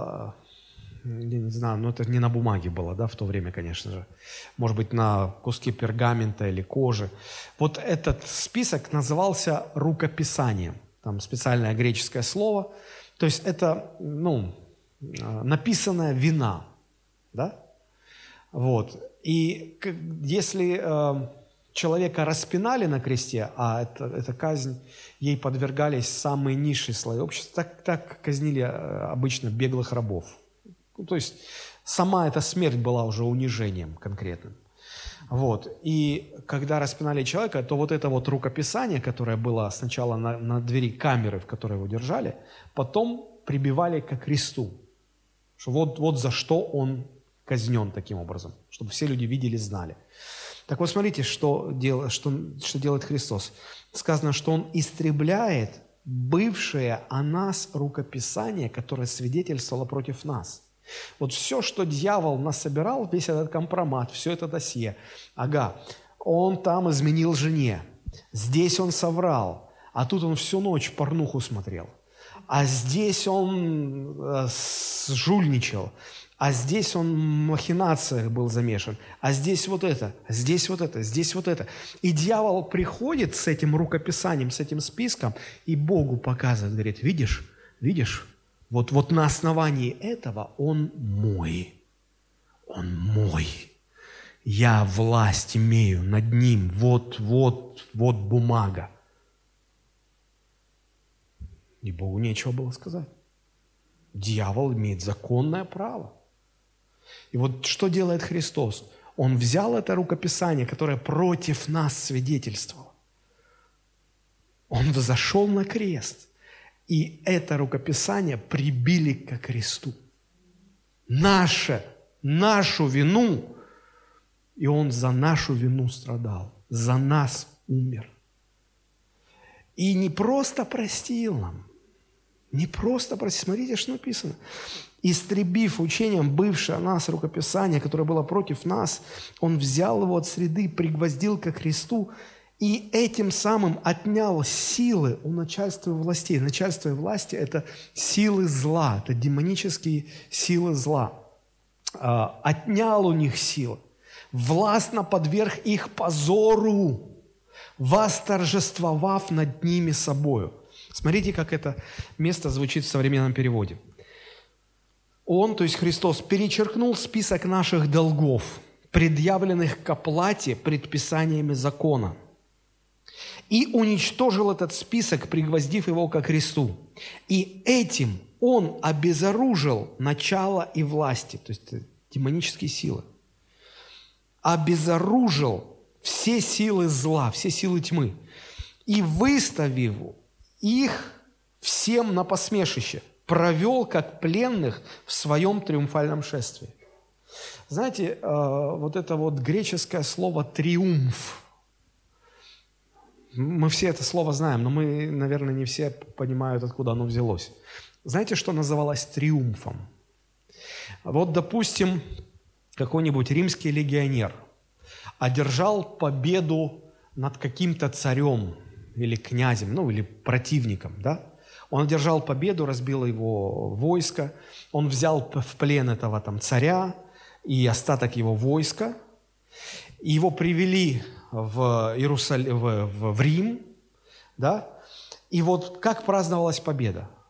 я не знаю, ну это не на бумаге было, да, в то время, конечно же. Может быть, на куске пергамента или кожи. Вот этот список назывался рукописанием. Там специальное греческое слово. То есть это, ну, написанная вина, да? Вот. И если э, человека распинали на кресте, а это, это казнь, ей подвергались самые низшие слои общества, так, так казнили обычно беглых рабов. Ну, то есть сама эта смерть была уже унижением конкретным. Вот. И когда распинали человека, то вот это вот рукописание, которое было сначала на, на двери камеры, в которой его держали, потом прибивали ко кресту. Что вот, вот за что он казнен таким образом, чтобы все люди видели, знали. Так вот, смотрите, что, дел, что, что делает Христос. Сказано, что Он истребляет бывшее о нас рукописание, которое свидетельствовало против нас. Вот все, что дьявол насобирал, весь этот компромат, все это досье. Ага, он там изменил жене, здесь он соврал, а тут он всю ночь порнуху смотрел. А здесь он э, жульничал, а здесь он в махинациях был замешан, а здесь вот это, а здесь вот это, здесь вот это. И дьявол приходит с этим рукописанием, с этим списком, и Богу показывает, говорит, видишь, видишь, вот, вот на основании этого он мой, он мой. Я власть имею над ним, вот, вот, вот бумага. И Богу нечего было сказать. Дьявол имеет законное право. И вот что делает Христос? Он взял это рукописание, которое против нас свидетельствовало. Он взошел на крест, и это рукописание прибили ко кресту. Наше, нашу вину, и Он за нашу вину страдал, за нас умер. И не просто простил нам, не просто простил. Смотрите, что написано. Истребив учением бывшее о нас рукописание, которое было против нас, Он взял его от среды, пригвоздил ко кресту и этим самым отнял силы у начальства и властей. Начальство и власти – это силы зла, это демонические силы зла. Отнял у них силы, властно подверг их позору, восторжествовав над ними собою. Смотрите, как это место звучит в современном переводе. Он, то есть Христос, перечеркнул список наших долгов, предъявленных к оплате предписаниями закона, и уничтожил этот список, пригвоздив его ко кресту. И этим Он обезоружил начало и власти, то есть демонические силы, обезоружил все силы зла, все силы тьмы, и выставив их всем на посмешище, провел как пленных в своем триумфальном шествии. Знаете, вот это вот греческое слово «триумф», мы все это слово знаем, но мы, наверное, не все понимают, откуда оно взялось. Знаете, что называлось триумфом? Вот, допустим, какой-нибудь римский легионер одержал победу над каким-то царем или князем, ну, или противником, да? Он одержал победу, разбил его войско, он взял в плен этого там царя и остаток его войска, и его привели в, Иерусалим, в, в, в Рим, да? И вот как праздновалась победа?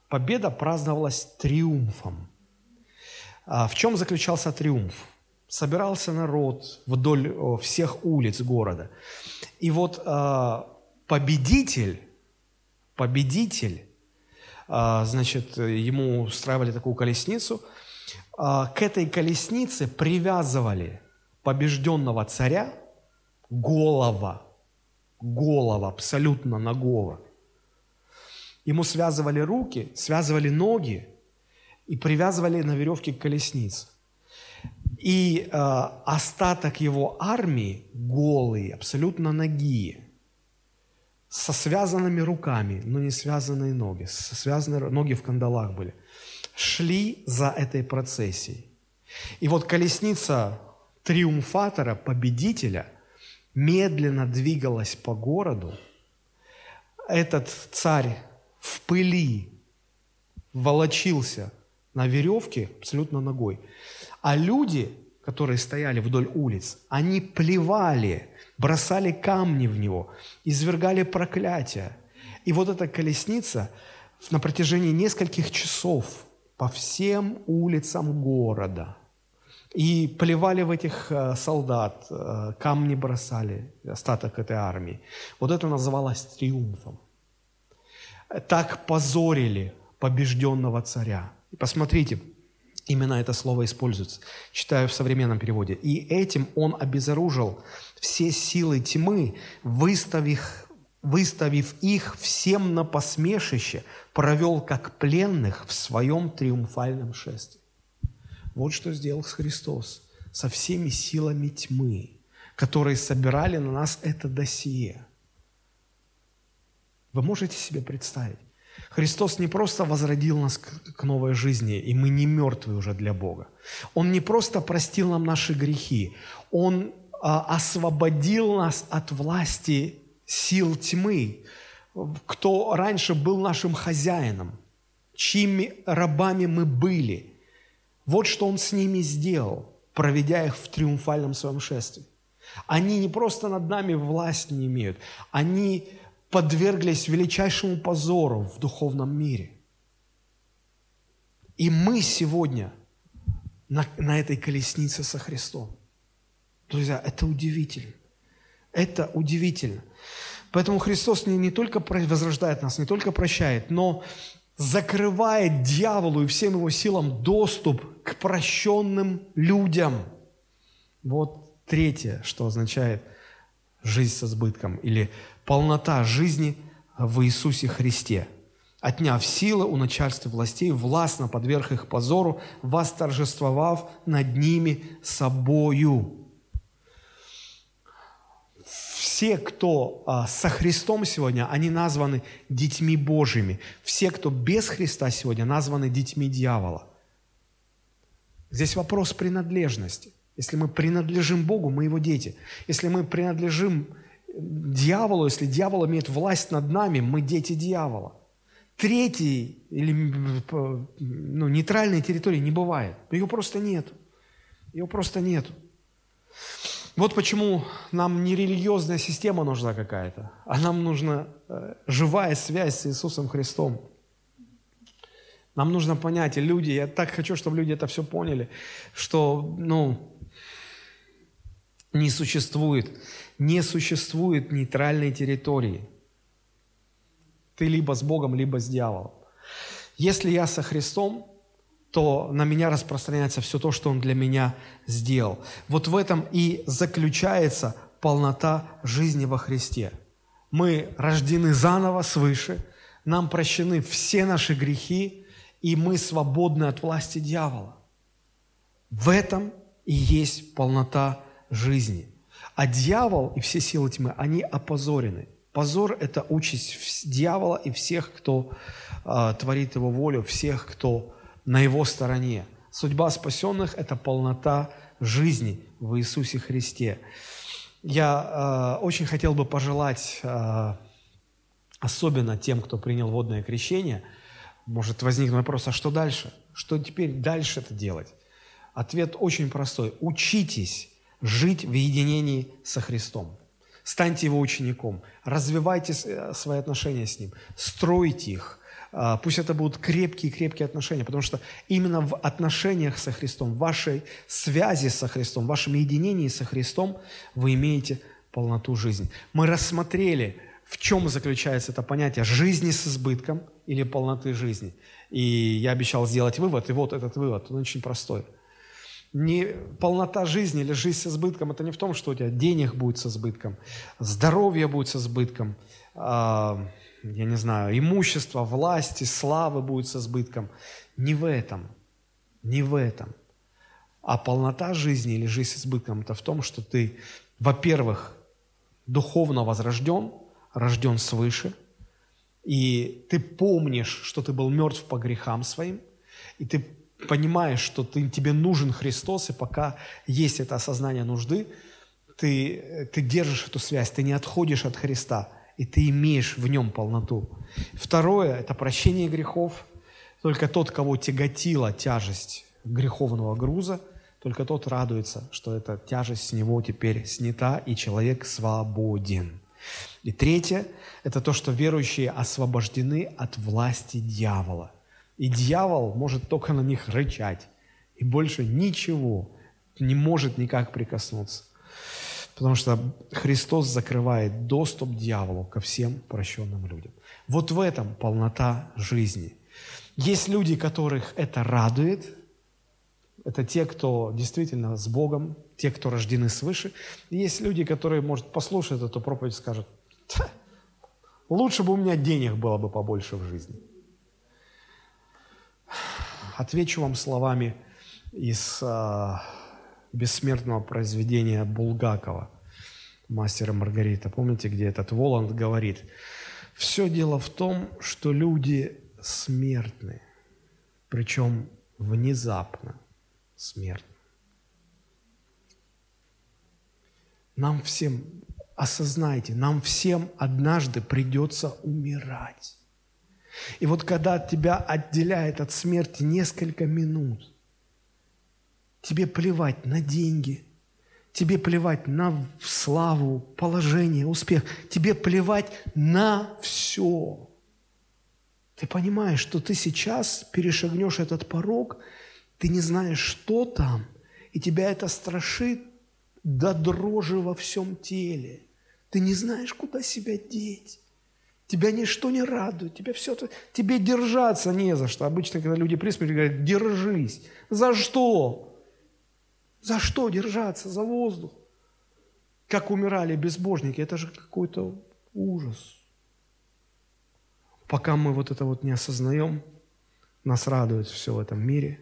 Победа праздновалась триумфом. А в чем заключался триумф? Собирался народ вдоль о, всех улиц города. И вот а, победитель, победитель, а, значит, ему устраивали такую колесницу, а, к этой колеснице привязывали побежденного царя, голова, голова, абсолютно нагого. Ему связывали руки, связывали ноги и привязывали на веревке к колеснице. И э, остаток его армии, голые, абсолютно нагие, со связанными руками, но не связанные ноги, со связанные ноги в кандалах были, шли за этой процессией. И вот колесница триумфатора, победителя, медленно двигалась по городу. Этот царь в пыли волочился на веревке абсолютно ногой. А люди, которые стояли вдоль улиц, они плевали, бросали камни в него, извергали проклятия. И вот эта колесница на протяжении нескольких часов по всем улицам города. И плевали в этих э, солдат, э, камни бросали, остаток этой армии. Вот это называлось триумфом. Так позорили побежденного царя. И посмотрите, именно это слово используется. Читаю в современном переводе. «И этим он обезоружил все силы тьмы, выставив, выставив их всем на посмешище, провел как пленных в своем триумфальном шествии». Вот что сделал Христос со всеми силами тьмы, которые собирали на нас это досье. Вы можете себе представить? Христос не просто возродил нас к новой жизни, и мы не мертвы уже для Бога. Он не просто простил нам наши грехи, Он а, освободил нас от власти сил тьмы, кто раньше был нашим хозяином, чьими рабами мы были. Вот что Он с ними сделал, проведя их в триумфальном своем шествии. Они не просто над нами власть не имеют, они подверглись величайшему позору в духовном мире. И мы сегодня на, на этой колеснице со Христом. Друзья, это удивительно. Это удивительно. Поэтому Христос не, не только возрождает нас, не только прощает, но закрывает дьяволу и всем его силам доступ к прощенным людям. Вот третье, что означает жизнь со избытком, или полнота жизни в Иисусе Христе. Отняв силы у начальства властей, властно подверг их позору, восторжествовав над ними собою. Все, кто а, со Христом сегодня, они названы детьми Божьими. Все, кто без Христа сегодня, названы детьми дьявола. Здесь вопрос принадлежности. Если мы принадлежим Богу, мы Его дети. Если мы принадлежим дьяволу, если дьявол имеет власть над нами, мы дети дьявола. Третьей или ну, нейтральной территории не бывает. Ее просто нет. Ее просто нет. Вот почему нам не религиозная система нужна какая-то, а нам нужна э, живая связь с Иисусом Христом. Нам нужно понять, и люди, я так хочу, чтобы люди это все поняли, что, ну, не существует, не существует нейтральной территории. Ты либо с Богом, либо с дьяволом. Если я со Христом, то на меня распространяется все то, что Он для меня сделал. Вот в этом и заключается полнота жизни во Христе. Мы рождены заново свыше, нам прощены все наши грехи, и мы свободны от власти дьявола. В этом и есть полнота жизни. А дьявол и все силы тьмы, они опозорены. Позор – это участь дьявола и всех, кто э, творит его волю, всех, кто на его стороне. Судьба спасенных – это полнота жизни в Иисусе Христе. Я э, очень хотел бы пожелать, э, особенно тем, кто принял водное крещение, может возникнуть вопрос, а что дальше? Что теперь дальше это делать? Ответ очень простой. Учитесь жить в единении со Христом. Станьте Его учеником, развивайте свои отношения с Ним, стройте их, А, Пусть это будут крепкие-крепкие отношения, потому что именно в отношениях со Христом, в вашей связи со Христом, в вашем единении со Христом вы имеете полноту жизни. Мы рассмотрели, в чем заключается это понятие жизни с избытком или полноты жизни. И я обещал сделать вывод, и вот этот вывод, он очень простой. Не полнота жизни или жизнь с избытком, это не в том, что у тебя денег будет с избытком, здоровье будет с избытком, э, я не знаю, имущество, власти, славы будет с избытком. Не в этом, не в этом. А полнота жизни или жизнь с избытком, это в том, что ты, во-первых, духовно возрожден, рожден свыше, и ты помнишь, что ты был мертв по грехам своим, и ты понимаешь, что ты, тебе нужен Христос, и пока есть это осознание нужды, ты, ты держишь эту связь, ты не отходишь от Христа, и ты имеешь в нем полноту. Второе – это прощение грехов. Только тот, кого тяготила тяжесть греховного груза, только тот радуется, что эта тяжесть с него теперь снята, и человек свободен. И третье – это то, что верующие освобождены от власти дьявола. И дьявол может только на них рычать, и больше ничего не может никак прикоснуться. Потому что Христос закрывает доступ дьяволу ко всем прощенным людям. Вот в этом полнота жизни. Есть люди, которых это радует. Это те, кто действительно с Богом, те, кто рождены свыше. И есть люди, которые, может, послушают эту проповедь и скажут: лучше бы у меня денег было бы побольше в жизни. Отвечу вам словами из а, бессмертного произведения Булгакова «Мастер и Маргарита». Помните, где этот Воланд говорит: «Все дело в том, что люди смертны, причем внезапно смертны». Нам всем, осознайте, нам всем однажды придется умирать. И вот когда тебя отделяет от смерти несколько минут, тебе плевать на деньги, тебе плевать на славу, положение, успех, тебе плевать на все. Ты понимаешь, что ты сейчас перешагнешь этот порог, ты не знаешь, что там, и тебя это страшит до дрожи во всем теле. Ты не знаешь, куда себя деть. Тебя ничто не радует, тебя все, тебе держаться не за что. Обычно, когда люди при смерти говорят: держись. За что? За что держаться? За воздух. Как умирали безбожники, это же какой-то ужас. Пока мы вот это вот не осознаем, нас радует все в этом мире.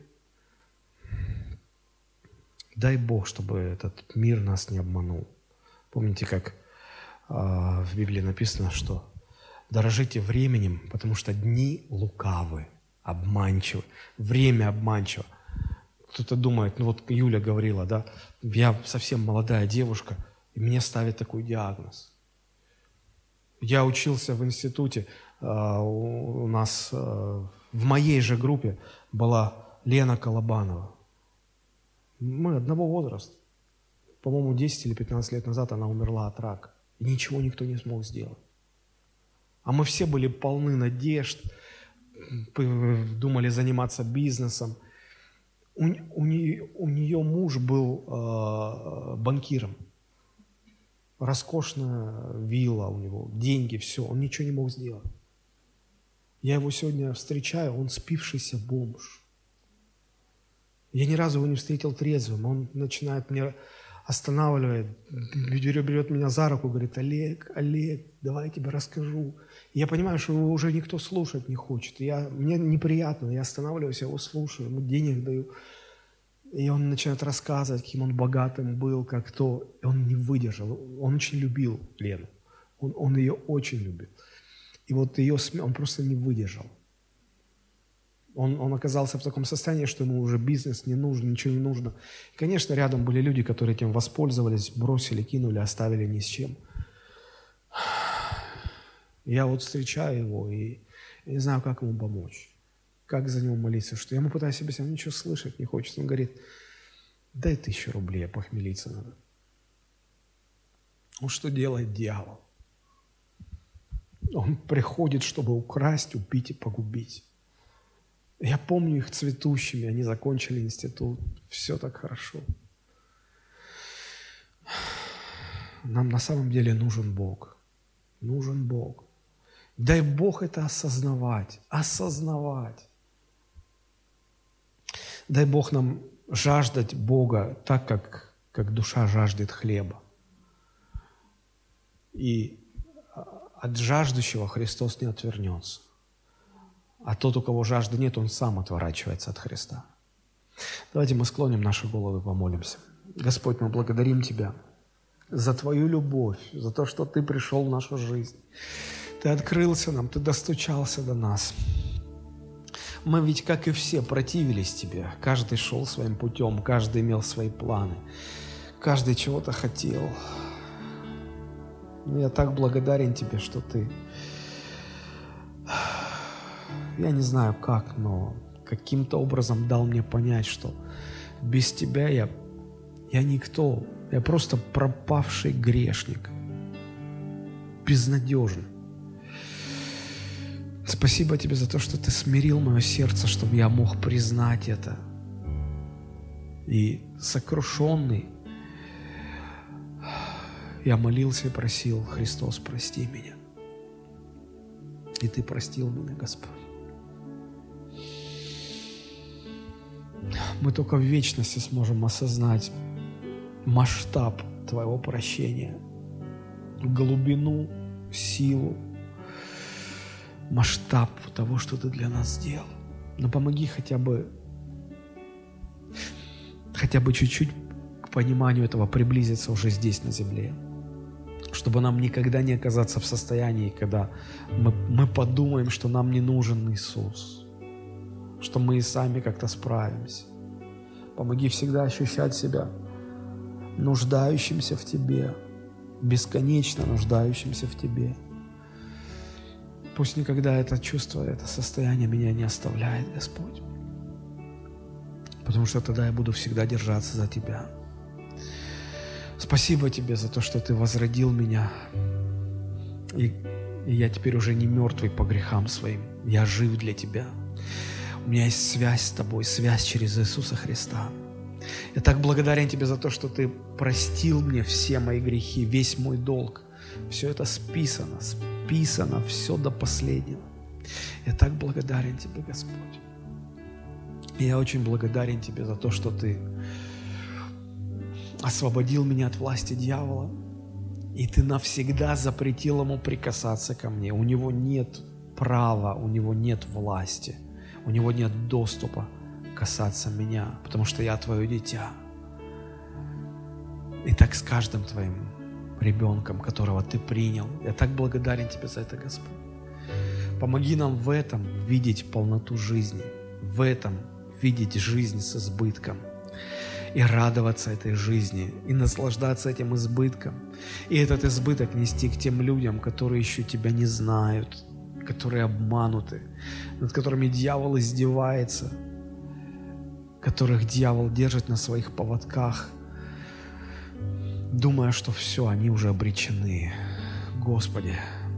Дай Бог, чтобы этот мир нас не обманул. Помните, как э, в Библии написано, что дорожите временем, потому что дни лукавы, обманчивы, время обманчиво. Кто-то думает, ну вот Юля говорила, да, я совсем молодая девушка, и мне ставят такой диагноз. Я учился в институте, у нас в моей же группе была Лена Колобанова. Мы одного возраста. По-моему, десять или пятнадцать лет назад она умерла от рака. И ничего никто не смог сделать. А мы все были полны надежд, думали заниматься бизнесом. У, у, нее, у нее муж был э, банкиром. Роскошная вилла у него, деньги, все. Он ничего не мог сделать. Я его сегодня встречаю, он спившийся бомж. Я ни разу его не встретил трезвым. Он начинает меня останавливать, берет, берет меня за руку, говорит: Олег, Олег, давай я тебе расскажу. И я понимаю, что его уже никто слушать не хочет. И я, мне неприятно, я останавливаюсь, я его слушаю, ему денег даю. И он начинает рассказывать, каким он богатым был, как то. И он не выдержал. Он очень любил Лену. Он, он ее очень любил. И вот ее он просто не выдержал. Он, он оказался в таком состоянии, что ему уже бизнес не нужен, ничего не нужно. И, конечно, рядом были люди, которые этим воспользовались, бросили, кинули, оставили ни с чем. Я вот встречаю его и я не знаю, как ему помочь, как за него молиться, что я ему пытаюсь объяснить, он ничего слышать не хочет. Он говорит: дай тысячу рублей, похмелиться надо. Ну что делает дьявол? Он приходит, чтобы украсть, убить и погубить. Я помню их цветущими, они закончили институт, все так хорошо. Нам на самом деле нужен Бог. Нужен Бог. Дай Бог это осознавать, осознавать. Дай Бог нам жаждать Бога так, как, как душа жаждет хлеба. И от жаждущего Христос не отвернется. А тот, у кого жажды нет, он сам отворачивается от Христа. Давайте мы склоним наши головы и помолимся. Господь, мы благодарим Тебя за Твою любовь, за то, что Ты пришел в нашу жизнь. Ты открылся нам, Ты достучался до нас. Мы ведь, как и все, противились Тебе. Каждый шел своим путем, каждый имел свои планы, каждый чего-то хотел. Я так благодарен Тебе, что Ты... Я не знаю как, но каким-то образом дал мне понять, что без Тебя я, я никто. Я просто пропавший грешник. Безнадежный. Спасибо Тебе за то, что Ты смирил мое сердце, чтобы я мог признать это. И сокрушенный я молился и просил: Христос, прости меня. И Ты простил меня, Господь. Мы только в вечности сможем осознать масштаб Твоего прощения, глубину, силу, масштаб того, что Ты для нас сделал. Но помоги хотя бы, хотя бы чуть-чуть к пониманию этого приблизиться уже здесь, на земле. Чтобы нам никогда не оказаться в состоянии, когда мы, мы подумаем, что нам не нужен Иисус, что мы и сами как-то справимся. Помоги всегда ощущать себя нуждающимся в Тебе, бесконечно нуждающимся в Тебе. Пусть никогда это чувство, это состояние меня не оставляет, Господь. Потому что тогда я буду всегда держаться за Тебя. Спасибо Тебе за то, что Ты возродил меня. И, и я теперь уже не мертвый по грехам своим. Я жив для Тебя. У меня есть связь с Тобой, связь через Иисуса Христа. Я так благодарен Тебе за то, что Ты простил мне все мои грехи, весь мой долг. Все это списано, списано, все до последнего. Я так благодарен Тебе, Господь. И я очень благодарен Тебе за то, что Ты освободил меня от власти дьявола, и Ты навсегда запретил ему прикасаться ко мне. У него нет права, у него нет власти, у него нет доступа касаться меня, потому что я Твое дитя. И так с каждым Твоим ребенком, которого Ты принял. Я так благодарен Тебе за это, Господь. Помоги нам в этом видеть полноту жизни, в этом видеть жизнь с избытком, и радоваться этой жизни, и наслаждаться этим избытком. И этот избыток нести к тем людям, которые еще Тебя не знают, которые обмануты, над которыми дьявол издевается, которых дьявол держит на своих поводках, думая, что все, они уже обречены. Господи,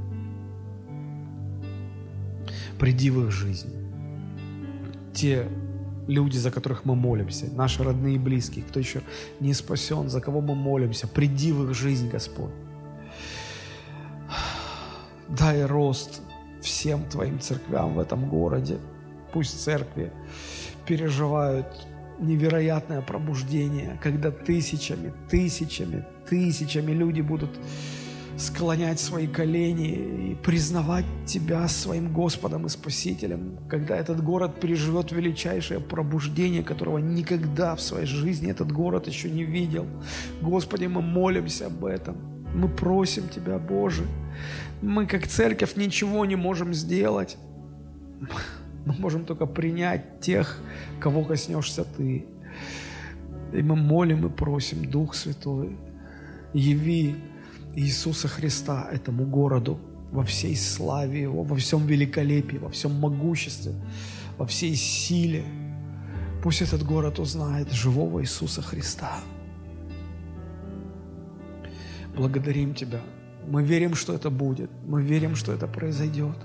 приди в их жизнь. Те люди, за которых мы молимся, наши родные и близкие, кто еще не спасен, за кого мы молимся, приди в их жизнь, Господь. Дай рост всем Твоим церквям в этом городе. Пусть церкви переживают невероятное пробуждение, когда тысячами, тысячами, тысячами люди будут склонять свои колени и признавать Тебя своим Господом и Спасителем, когда этот город переживет величайшее пробуждение, которого никогда в своей жизни этот город еще не видел. Господи, мы молимся об этом. Мы просим Тебя, Боже. Мы, как церковь, ничего не можем сделать. Мы можем только принять тех, кого коснешься Ты. И мы молим и просим, Дух Святой, яви Иисуса Христа этому городу во всей славе Его, во всем великолепии, во всем могуществе, во всей силе. Пусть этот город узнает живого Иисуса Христа. Благодарим Тебя Мы верим, что это будет. Мы верим, что это произойдет.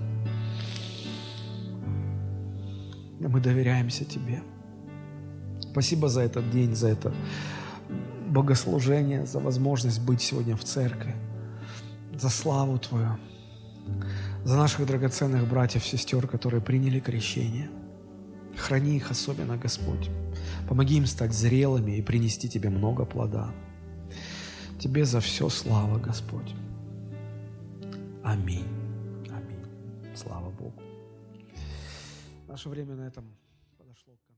И мы доверяемся Тебе. Спасибо за этот день, за это богослужение, за возможность быть сегодня в церкви, за славу Твою, за наших драгоценных братьев, сестер, которые приняли крещение. Храни их особенно, Господь. Помоги им стать зрелыми и принести Тебе много плода. Тебе за все слава, Господь. Аминь. Аминь. Слава Богу. Наше время на этом подошло к концу.